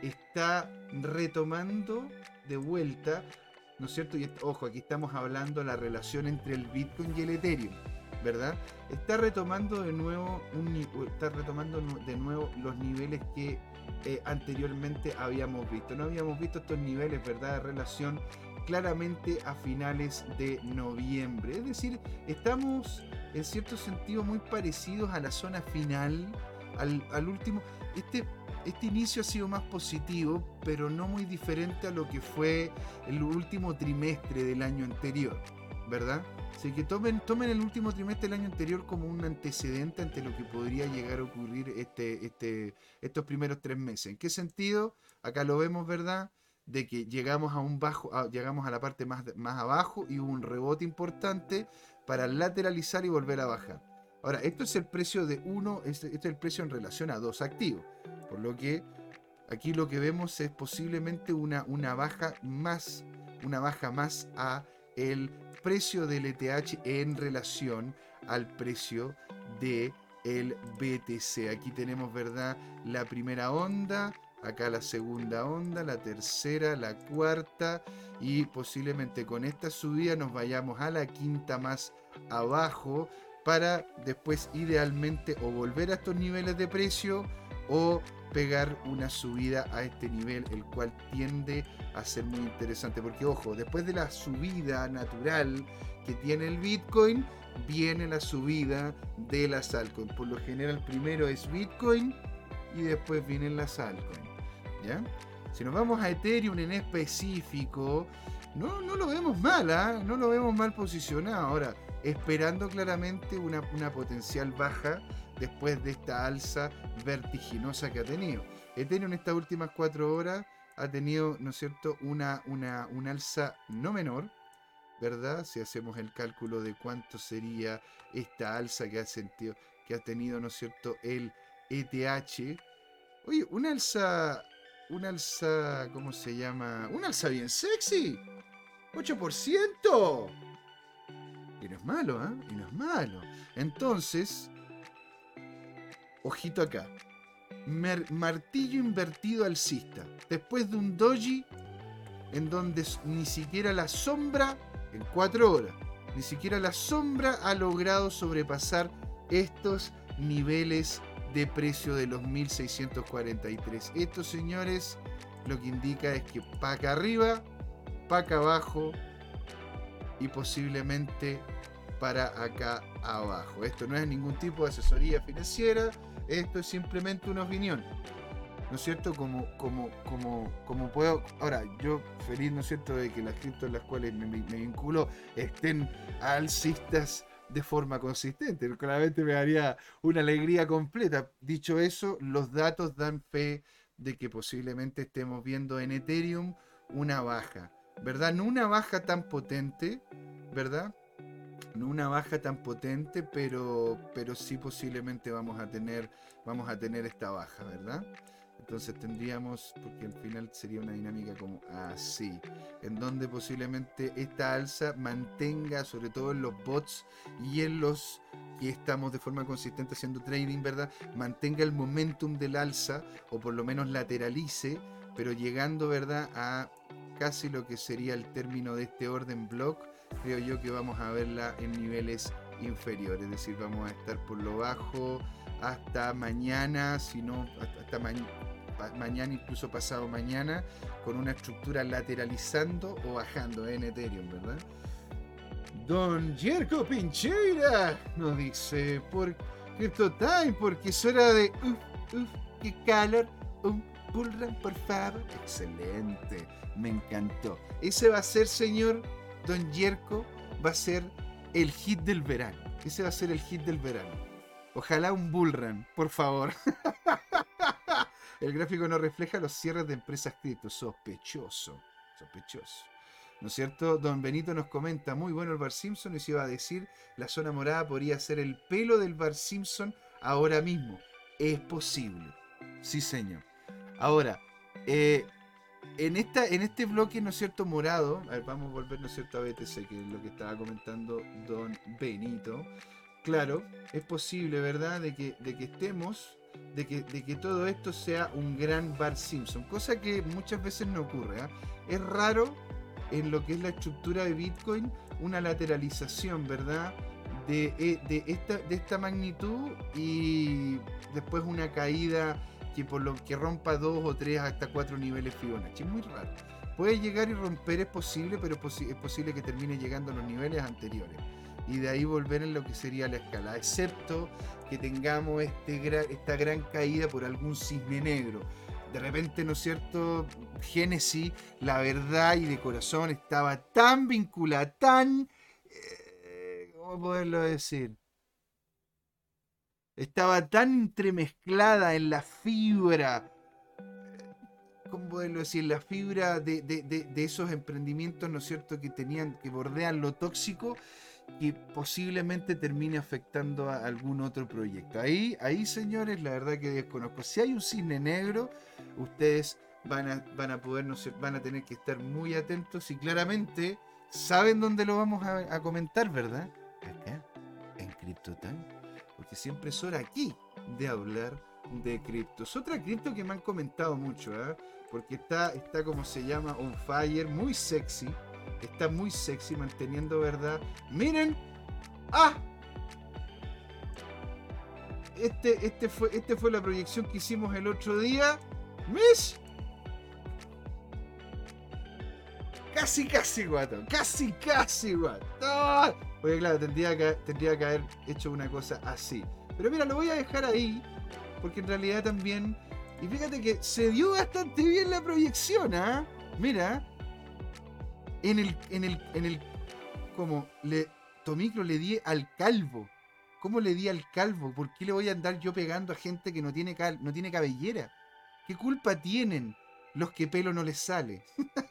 S1: está retomando de vuelta, ¿no es cierto? Y ojo, aquí estamos hablando de la relación entre el Bitcoin y el Ethereum, ¿verdad? Está retomando de nuevo, un, está retomando de nuevo los niveles que eh, anteriormente habíamos visto. No habíamos visto estos niveles, ¿verdad?, de relación claramente a finales de noviembre. Es decir, estamos en cierto sentido muy parecidos a la zona final, al, al último. Este, este inicio ha sido más positivo, pero no muy diferente a lo que fue el último trimestre del año anterior, ¿verdad? Así que tomen, tomen el último trimestre del año anterior como un antecedente ante lo que podría llegar a ocurrir este, este, estos primeros tres meses. ¿En qué sentido? Acá lo vemos, ¿verdad?, de que llegamos a un bajo, a, llegamos a la parte más, más abajo y hubo un rebote importante para lateralizar y volver a bajar. Ahora, esto es el precio de uno, este, este es el precio en relación a dos activos, por lo que aquí lo que vemos es posiblemente una, una baja más, una baja más a el precio del E T H en relación al precio de el B T C. Aquí tenemos, ¿verdad?, la primera onda. Acá la segunda onda, la tercera, la cuarta y posiblemente con esta subida nos vayamos a la quinta más abajo para después idealmente o volver a estos niveles de precio o pegar una subida a este nivel, el cual tiende a ser muy interesante porque ojo, después de la subida natural que tiene el Bitcoin viene la subida de las altcoins. Por lo general primero es Bitcoin y después vienen las altcoins. ¿Ya? Si nos vamos a Ethereum en específico, no, no lo vemos mal, ¿eh? No lo vemos mal posicionado. Ahora, esperando claramente una, una potencial baja después de esta alza vertiginosa que ha tenido. Ethereum en estas últimas cuatro horas ha tenido, ¿no es cierto?, una, una, una alza no menor, ¿verdad? Si hacemos el cálculo de cuánto sería esta alza que ha sentido, que ha tenido, ¿no es cierto?, el E T H. Oye, una alza... Una alza, ¿cómo se llama? Una alza bien sexy. ocho por ciento. Y no es malo, ¿eh? Y no es malo. Entonces, ojito acá. Mer- martillo invertido alcista. Después de un doji en donde ni siquiera la sombra, en cuatro horas, ni siquiera la sombra ha logrado sobrepasar estos niveles de precio de los mil seiscientos cuarenta y tres. Esto, señores, lo que indica es que para acá arriba, para acá abajo y posiblemente para acá abajo. Esto no es ningún tipo de asesoría financiera, esto es simplemente una opinión, ¿no es cierto? Como, como, como, como puedo... Ahora, yo feliz, ¿no es cierto?, de que las criptos en las cuales me, me vinculo estén alcistas de forma consistente. Claramente me daría una alegría completa. Dicho eso, los datos dan fe de que posiblemente estemos viendo en Ethereum una baja, ¿verdad? No una baja tan potente, ¿verdad? No una baja tan potente, pero, pero sí posiblemente vamos a tener, vamos a tener esta baja, ¿verdad? Entonces tendríamos, porque al final sería una dinámica como así, en donde posiblemente esta alza mantenga, sobre todo en los bots y en los que estamos de forma consistente haciendo trading, ¿verdad? Mantenga el momentum del alza, o por lo menos lateralice, pero llegando, ¿verdad?, a casi lo que sería el término de este orden block. Creo yo que vamos a verla en niveles inferiores, es decir, vamos a estar por lo bajo hasta mañana, si no, hasta, hasta ma mañana, incluso pasado mañana, con una estructura lateralizando o bajando en Ethereum, ¿verdad? Don Jerko Pincheira nos dice, por CryptoTime, porque es hora de uf, uf, qué calor, un bullrun, por favor. Excelente, me encantó. Ese va a ser, señor Don Jerko, va a ser el hit del verano. Ese va a ser el hit del verano. Ojalá un bullrun, por favor. El gráfico no refleja los cierres de empresas cripto. Sospechoso, sospechoso. ¿No es cierto? Don Benito nos comenta, muy bueno el Bart Simpson, y se iba a decir, la zona morada podría ser el pelo del Bart Simpson ahora mismo. Es posible. Sí, señor. Ahora, eh, en, esta, en este bloque, ¿no es cierto?, morado, a ver, vamos a volver, ¿no es cierto?, a B T C, que es lo que estaba comentando Don Benito. Claro, es posible, ¿verdad?, de que, de que estemos... De que, de que todo esto sea un gran Bart Simpson, cosa que muchas veces no ocurre, ¿eh? Es raro en lo que es la estructura de Bitcoin una lateralización, ¿verdad?, de, de, esta, de esta magnitud, y después una caída que por lo que rompa dos o tres hasta cuatro niveles Fibonacci. Es muy raro. Puede llegar y romper, es posible, pero es, posi es posible que termine llegando a los niveles anteriores y de ahí volver en lo que sería la escala, excepto que tengamos este gra esta gran caída por algún cisne negro. De repente, ¿no es cierto?, Génesis, la verdad y de corazón, estaba tan vinculada, tan... Eh, ¿cómo poderlo decir? Estaba tan entremezclada en la fibra, ¿cómo poderlo decir? La fibra de, de, de, de esos emprendimientos, ¿no es cierto?, que tenían, que bordean lo tóxico, que posiblemente termine afectando a algún otro proyecto. Ahí, ahí, señores, la verdad que desconozco. Si hay un cisne negro, ustedes van a, van a poder, no sé, van a tener que estar muy atentos, y claramente saben dónde lo vamos a, a comentar, ¿verdad? Acá, en CryptoTime, porque siempre es hora aquí de hablar de criptos. Otra cripto que me han comentado mucho, ¿eh?, porque está, está como se llama, on fire, muy sexy. Está muy sexy, manteniendo, ¿verdad? Miren. ¡Ah! Este, este, fue, este fue la proyección que hicimos el otro día. ¿Mis? Casi, casi, guato. Casi, casi, guato. ¡Ah! Oye, claro, tendría que, tendría que haber hecho una cosa así. Pero mira, lo voy a dejar ahí, porque en realidad también... Y fíjate que se dio bastante bien la proyección, ¿ah? ¿eh? Mira... En el, en el, en el, como le, Tomicro le di al calvo. ¿Cómo le di al calvo? ¿Por qué le voy a andar yo pegando a gente que no tiene, cal, no tiene cabellera? ¿Qué culpa tienen los que pelo no les sale?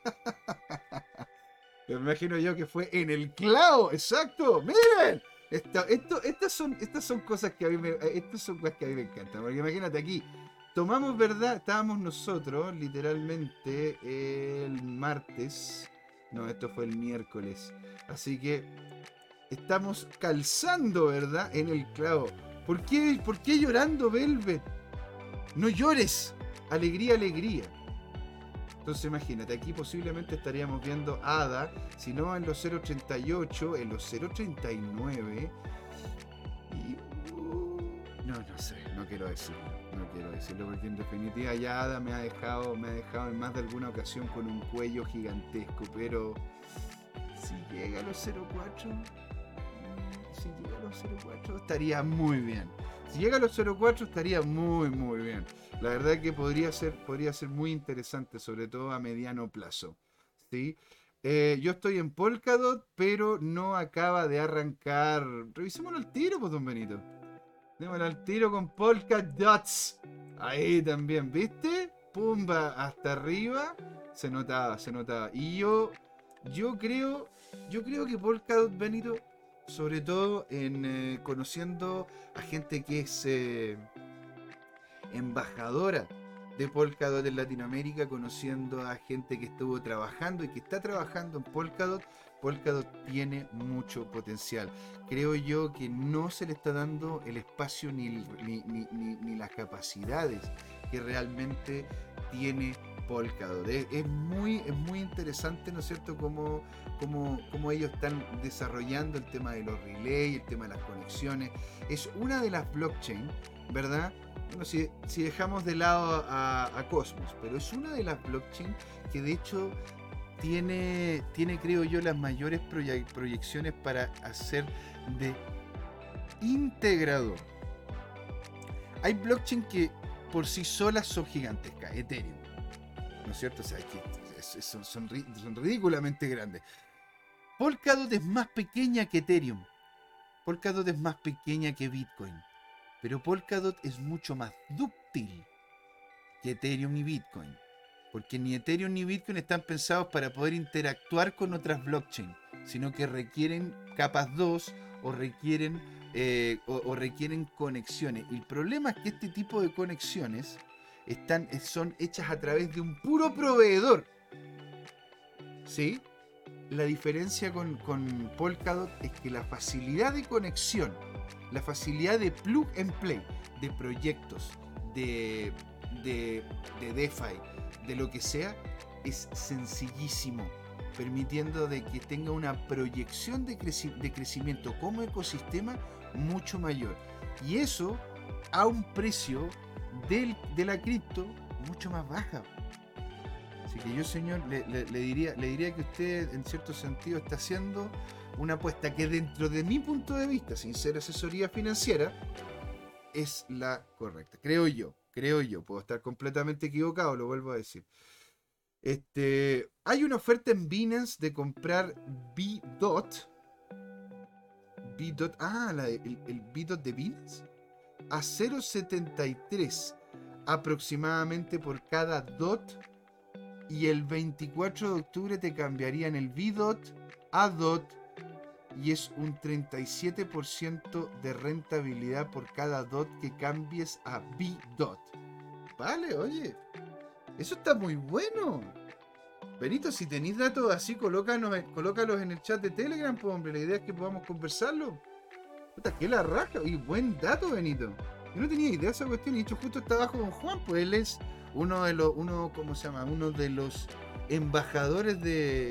S1: Me imagino yo que fue en el clavo, exacto. ¡Miren! Esto, esto, estas, son, estas son cosas que a mí me, estas son cosas que a mí me encantan. Porque imagínate aquí, tomamos, ¿verdad? Estábamos nosotros, literalmente, el martes... No, esto fue el miércoles. Así que estamos calzando, ¿verdad?, en el clavo. ¿Por qué, ¿Por qué llorando, Velvet? No llores. Alegría, alegría. Entonces imagínate, aquí posiblemente estaríamos viendo A D A, si no en los cero punto treinta y ocho, en los cero punto treinta y nueve. Y... Uh, no, no sé, no quiero decirlo. No quiero decirlo, porque en definitiva ya Ada me ha dejado, me ha dejado en más de alguna ocasión con un cuello gigantesco, pero si llega a los cero punto cuatro, si llega a los cero punto cuatro estaría muy bien. Si llega a los cero punto cuatro estaría muy muy bien. La verdad que podría ser, podría ser muy interesante, sobre todo a mediano plazo, ¿sí? Eh, yo estoy en Polkadot, pero no acaba de arrancar. Revisémoslo al tiro, pues, don Benito. Démoslo al tiro con Polkadots. Ahí también, ¿viste? Pumba, hasta arriba. Se notaba, se notaba. Y yo, yo creo, yo creo que Polkadot, Benito, sobre todo en eh, conociendo a gente que es eh, embajadora de Polkadot en Latinoamérica, conociendo a gente que estuvo trabajando y que está trabajando en Polkadot. Polkadot tiene mucho potencial. Creo yo que no se le está dando el espacio ni, ni, ni, ni, ni las capacidades que realmente tiene Polkadot. Es, es, muy, es muy interesante, ¿no es cierto?, cómo, cómo, cómo ellos están desarrollando el tema de los relays, el tema de las conexiones. Es una de las blockchain, ¿verdad? Bueno, si, si dejamos de lado a, a Cosmos, pero es una de las blockchain que de hecho tiene, tiene creo yo, las mayores proye- proyecciones para hacer de integrador. Hay blockchain que por sí solas son gigantescas, Ethereum, ¿no es cierto? O sea, que es, es, son, son, son ridículamente grandes. Polkadot es más pequeña que Ethereum. Polkadot es más pequeña que Bitcoin. Pero Polkadot es mucho más dúctil que Ethereum y Bitcoin. Porque ni Ethereum ni Bitcoin están pensados para poder interactuar con otras blockchain, sino que requieren capas dos o requieren, eh, o, o requieren conexiones. Y el problema es que este tipo de conexiones están, son hechas a través de un puro proveedor. ¿Sí? La diferencia con, con Polkadot es que la facilidad de conexión, la facilidad de plug and play de proyectos, de, de, de DeFi, de lo que sea, es sencillísimo, permitiendo de que tenga una proyección de, creci de crecimiento como ecosistema mucho mayor. Y eso a un precio del, de la cripto mucho más baja. Así que yo, señor, le, le, le, diría, le diría que usted, en cierto sentido, está haciendo una apuesta que, dentro de mi punto de vista, sin ser asesoría financiera, es la correcta. Creo yo, creo yo. Puedo estar completamente equivocado, lo vuelvo a decir. Este, hay una oferta en Binance de comprar B-Dot. B-Dot, ah, la de, el, el B-Dot de Binance. A cero punto setenta y tres aproximadamente por cada dot. Y el veinticuatro de octubre te cambiarían el B-Dot a Dot. Y es un treinta y siete por ciento de rentabilidad por cada dot que cambies a B-Dot. Vale, oye. Eso está muy bueno. Benito, si tenéis datos así, colócanos, colócalos en el chat de Telegram, pues, hombre. La idea es que podamos conversarlo. Puta, que la raja. Y buen dato, Benito. Yo no tenía idea de esa cuestión. Y de hecho, justo está abajo con Juan, pues él es uno de los, uno, ¿cómo se llama? Uno de los embajadores de,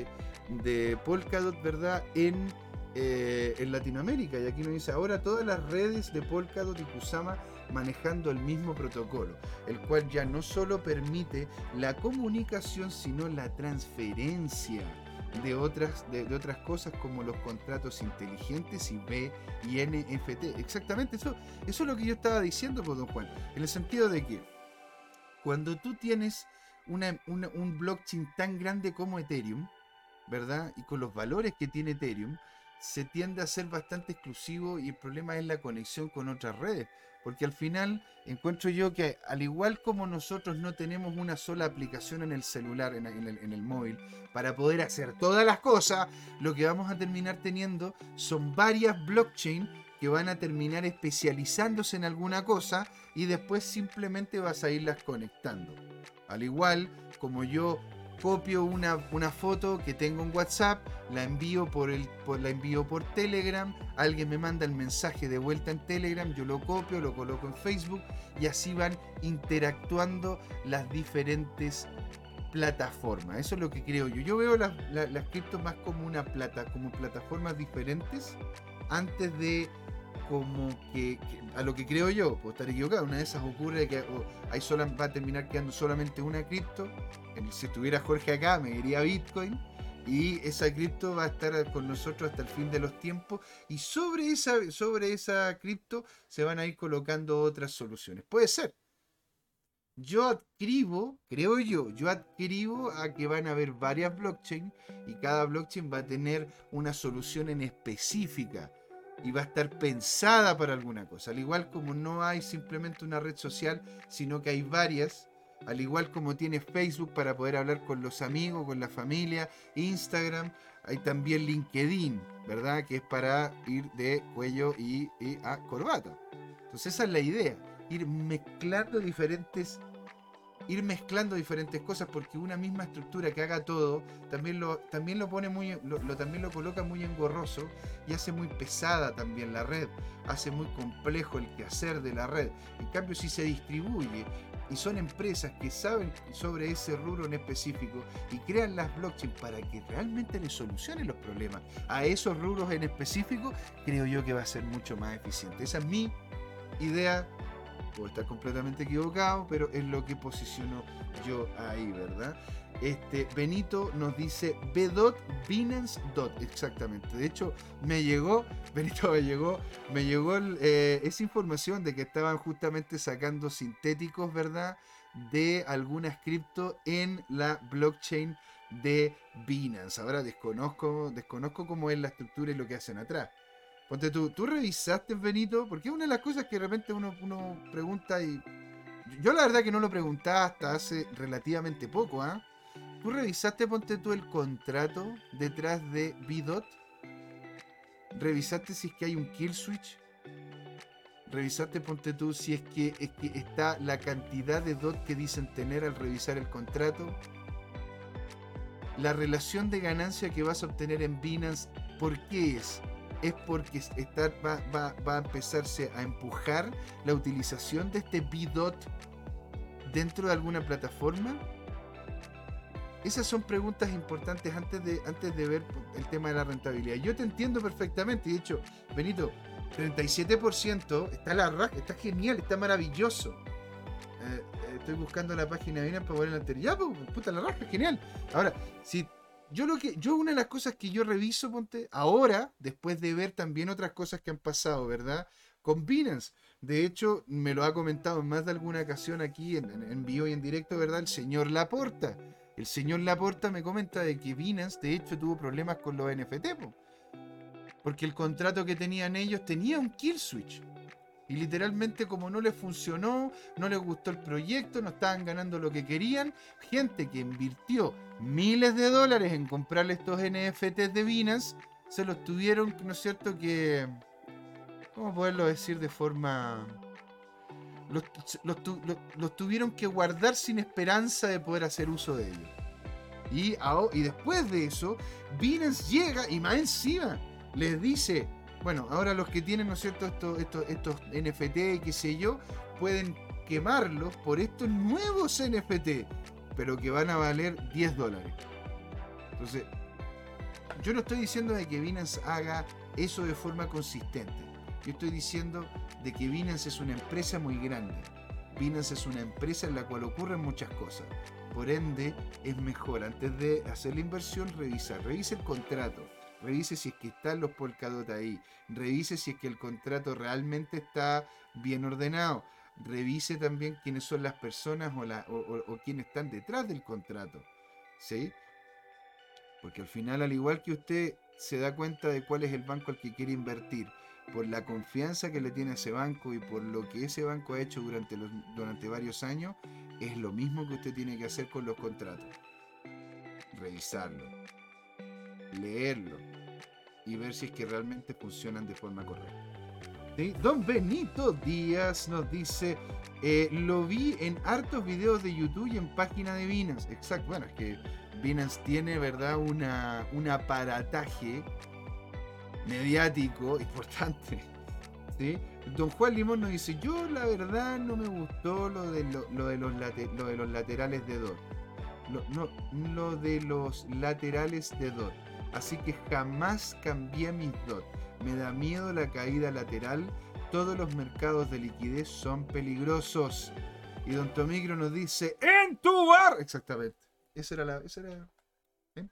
S1: de Polkadot, ¿verdad? En, eh, en Latinoamérica. Y aquí nos dice, ahora todas las redes de Polkadot y Kusama manejando el mismo protocolo, el cual ya no solo permite la comunicación, sino la transferencia de otras, de, de otras cosas como los contratos inteligentes y B y N F T. Exactamente, eso, eso es lo que yo estaba diciendo, pues, don Juan, en el sentido de que cuando tú tienes una, una, un blockchain tan grande como Ethereum, ¿verdad? Y con los valores que tiene Ethereum, se tiende a ser bastante exclusivo, y el problema es la conexión con otras redes. Porque al final encuentro yo que, al igual como nosotros no tenemos una sola aplicación en el celular, en el, en el móvil, para poder hacer todas las cosas, lo que vamos a terminar teniendo son varias blockchain que van a terminar especializándose en alguna cosa, y después simplemente vas a irlas conectando. Al igual como yo copio una, una foto que tengo en WhatsApp, la envío por el, por, la envío por Telegram, alguien me manda el mensaje de vuelta en Telegram, yo lo copio, lo coloco en Facebook, y así van interactuando las diferentes plataformas. Eso es lo que creo yo. Yo veo las, las, las criptos más como una plata, como plataformas diferentes, antes de como que, que a lo que creo yo, puedo estar equivocado, una de esas ocurre que oh, ahí sola, va a terminar quedando solamente una cripto. Si estuviera Jorge acá me diría Bitcoin, y esa cripto va a estar con nosotros hasta el fin de los tiempos, y sobre esa, sobre esa cripto se van a ir colocando otras soluciones. Puede ser, yo adscribo, creo yo, yo adscribo a que van a haber varias blockchain y cada blockchain va a tener una solución en específica y va a estar pensada para alguna cosa. Al igual como no hay simplemente una red social, sino que hay varias. Al igual como tiene Facebook para poder hablar con los amigos, con la familia, Instagram, hay también LinkedIn, ¿verdad? Que es para ir de cuello y, y a corbata. Entonces esa es la idea, ir mezclando diferentes ir mezclando diferentes cosas, porque una misma estructura que haga todo también lo, también lo pone muy lo, lo- también lo coloca muy engorroso y hace muy pesada también la red, hace muy complejo el quehacer de la red. En cambio, si se distribuye y son empresas que saben sobre ese rubro en específico y crean las blockchain para que realmente le solucionen los problemas a esos rubros en específico, creo yo que va a ser mucho más eficiente. Esa es mi idea. Puedo estar completamente equivocado, pero es lo que posiciono yo ahí, ¿verdad? Este, Benito nos dice B D O T, Binance D O T, exactamente. De hecho, me llegó, Benito me llegó, me llegó el, eh, esa información de que estaban justamente sacando sintéticos, ¿verdad? De algunas cripto en la blockchain de Binance. Ahora desconozco, desconozco cómo es la estructura y lo que hacen atrás. Ponte tú, ¿tú revisaste, Benito? Porque es una de las cosas que de repente uno, uno pregunta y... Yo la verdad que no lo preguntaba hasta hace relativamente poco, ¿ah? ¿Tú revisaste, ponte tú, el contrato detrás de B D O T? ¿Revisaste si es que hay un kill switch? ¿Revisaste, ponte tú, si es que, es que está la cantidad de D O T que dicen tener al revisar el contrato? La relación de ganancia que vas a obtener en Binance, ¿por qué es? ¿Es porque está, va, va, va a empezarse a empujar la utilización de este B D O T dentro de alguna plataforma? Esas son preguntas importantes antes de, antes de ver el tema de la rentabilidad. Yo te entiendo perfectamente. De hecho, Benito, treinta y siete por ciento está la raja, está genial, está maravilloso. Eh, eh, estoy buscando la página de Binance para poner la anterior. Ya, pues, puta la raja, genial. Ahora, si yo lo que, yo una de las cosas que yo reviso, ponte, ahora, después de ver también otras cosas que han pasado, ¿verdad? Con Binance. De hecho, me lo ha comentado en más de alguna ocasión aquí en, en, en vivo y en directo, ¿verdad? El señor Laporta. El señor Laporta me comenta de que Binance, de hecho, tuvo problemas con los N F T, po, porque el contrato que tenían ellos tenía un kill switch. Y literalmente como no les funcionó, no les gustó el proyecto, no estaban ganando lo que querían, gente que invirtió miles de dólares en comprarle estos N F Ts de Binance, se los tuvieron, ¿no es cierto? Que, ¿cómo poderlo decir de forma... Los, los, los, los tuvieron que guardar sin esperanza de poder hacer uso de ellos. Y, y después de eso, Binance llega y más encima les dice... Bueno, ahora los que tienen, ¿no es cierto?, estos, estos, estos N F T y qué sé yo, pueden quemarlos por estos nuevos N F T, pero que van a valer diez dólares. Entonces, yo no estoy diciendo de que Binance haga eso de forma consistente. Yo estoy diciendo de que Binance es una empresa muy grande. Binance es una empresa en la cual ocurren muchas cosas. Por ende, es mejor, antes de hacer la inversión, revisar. Revise el contrato. Revise si es que están los Polkadot ahí. Revise si es que el contrato realmente está bien ordenado. Revise también quiénes son las personas o, la, o, o, o quienes están detrás del contrato. ¿Sí? Porque al final, al igual que usted se da cuenta de cuál es el banco al que quiere invertir, por la confianza que le tiene a ese banco y por lo que ese banco ha hecho durante, los, durante varios años, es lo mismo que usted tiene que hacer con los contratos. Revisarlo, leerlo y ver si es que realmente funcionan de forma correcta. ¿Sí? Don Benito Díaz nos dice, eh, lo vi en hartos videos de YouTube y en página de Binance. Exacto, bueno, es que Binance tiene, ¿verdad?, una, un aparataje mediático importante. ¿Sí? Don Juan Limón nos dice, yo la verdad no me gustó lo de, lo, lo de, los, late, lo de los laterales de D O T. Lo, no, lo de los laterales de D O T. Así que jamás cambié mis D O T. Me da miedo la caída lateral. Todos los mercados de liquidez son peligrosos. Y Don Tomicro nos dice, ¡en tu bar! Exactamente. Esa era la... Esa era... ¿eh?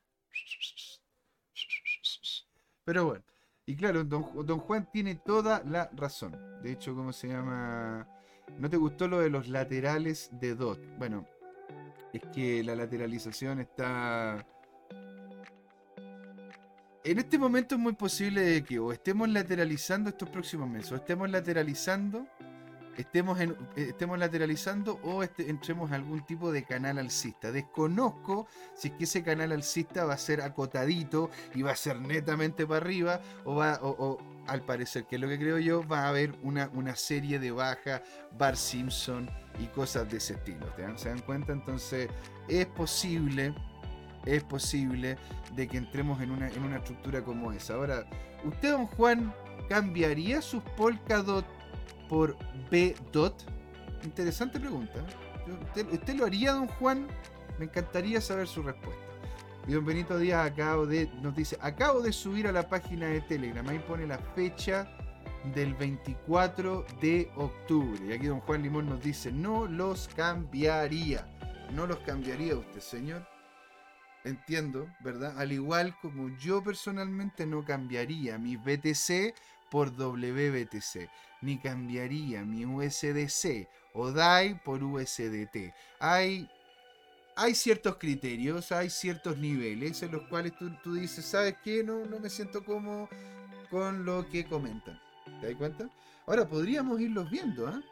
S1: Pero bueno. Y claro, don, don Juan tiene toda la razón. De hecho, ¿cómo se llama? ¿No te gustó lo de los laterales de D O T? Bueno, es que la lateralización está... En este momento es muy posible de que o estemos lateralizando estos próximos meses, o estemos lateralizando, estemos, en, estemos lateralizando o este, entremos a algún tipo de canal alcista. Desconozco si es que ese canal alcista va a ser acotadito y va a ser netamente para arriba, o va, o, o al parecer, que es lo que creo yo, va a haber una, una serie de baja, Bart Simpson y cosas de ese estilo. ¿Te dan, ¿Se dan cuenta? Entonces, es posible... Es posible de que entremos en una, en una estructura como esa. Ahora, ¿usted, don Juan, cambiaría sus Polkadot por B D O T? Interesante pregunta. ¿Usted, ¿Usted lo haría, don Juan? Me encantaría saber su respuesta. Y don Benito Díaz acabo de, nos dice, acabo de subir a la página de Telegram. Ahí pone la fecha del veinticuatro de octubre. Y aquí don Juan Limón nos dice, no los cambiaría. No los cambiaría usted, señor. Entiendo, ¿verdad? Al igual como yo personalmente no cambiaría mi B T C por W B T C, ni cambiaría mi U S D C o D A I por U S D T. Hay, hay ciertos criterios, hay ciertos niveles en los cuales tú, tú dices, ¿sabes qué? No, no me siento cómodo con lo que comentan. ¿Te das cuenta? Ahora podríamos irlos viendo, ¿eh?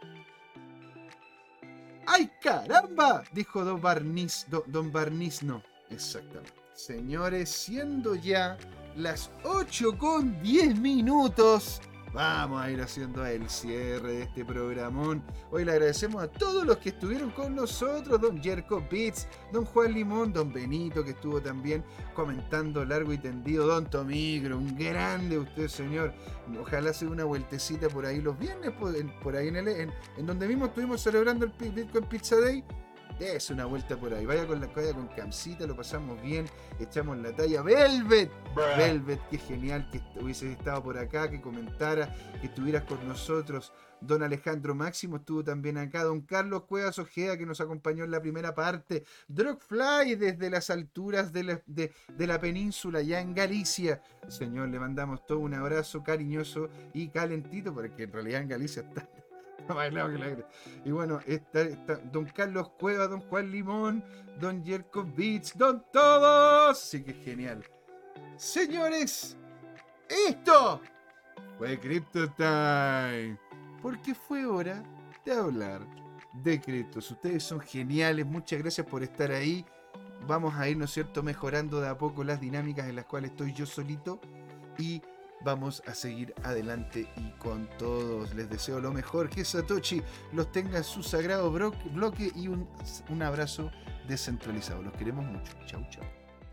S1: ¡Ay, caramba! Dijo Don Barniz, Don, Don Barniz, no. Exactamente. Señores, siendo ya las ocho con diez minutos, vamos a ir haciendo el cierre de este programón. Hoy le agradecemos a todos los que estuvieron con nosotros, don Jerko Beats, don Juan Limón, don Benito, que estuvo también comentando largo y tendido, don Tomigro, un grande usted, señor. Ojalá se dé una vueltecita por ahí los viernes, por, por ahí en, el, en, en donde mismo estuvimos celebrando el Bitcoin Pizza Day. Es una vuelta por ahí, vaya con la vaya con Camcita, lo pasamos bien, echamos la talla. Velvet, Bruh. Velvet, qué genial que hubieses estado por acá, que comentara, que estuvieras con nosotros. Don Alejandro Máximo estuvo también acá, don Carlos Cuevas Ojeda, que nos acompañó en la primera parte, Drogfly desde las alturas de la, de, de la península, ya en Galicia. Señor, le mandamos todo un abrazo cariñoso y calentito, porque en realidad en Galicia está... Y bueno, está, está don Carlos Cueva, don Juan Limón, don Jerko Beats, don todos. Sí que es genial. Señores, esto fue Crypto Time. Porque fue hora de hablar de criptos. Ustedes son geniales. Muchas gracias por estar ahí. Vamos a ir, ¿no es cierto?, mejorando de a poco las dinámicas en las cuales estoy yo solito. Y vamos a seguir adelante y con todos. Les deseo lo mejor. Que Satoshi los tenga en su sagrado bloque y un, un abrazo descentralizado. Los queremos mucho. Chau, chau.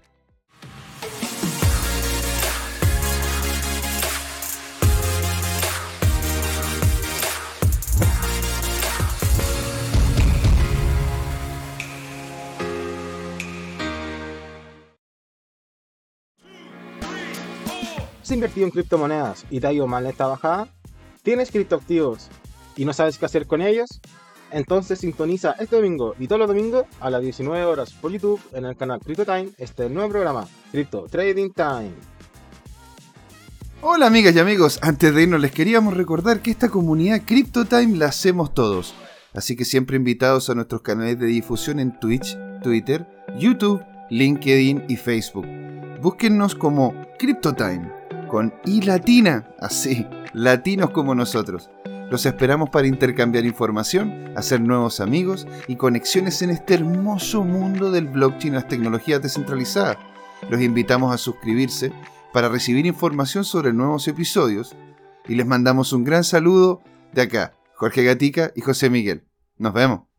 S2: ¿Has invertido en criptomonedas y te ha ido mal en esta bajada? ¿Tienes criptoactivos y no sabes qué hacer con ellos? Entonces sintoniza este domingo y todos los domingos a las diecinueve horas por YouTube en el canal Crypto Time este nuevo programa, Crypto Trading Time.
S1: Hola amigas y amigos, antes de irnos les queríamos recordar que esta comunidad Crypto Time la hacemos todos. Así que siempre invitados a nuestros canales de difusión en Twitch, Twitter, YouTube, LinkedIn y Facebook. Búsquennos como Crypto Time, con I latina, así, latinos como nosotros. Los esperamos para intercambiar información, hacer nuevos amigos y conexiones en este hermoso mundo del blockchain y las tecnologías descentralizadas. Los invitamos a suscribirse para recibir información sobre nuevos episodios y les mandamos un gran saludo de acá, Jorge Gatica y José Miguel. Nos vemos.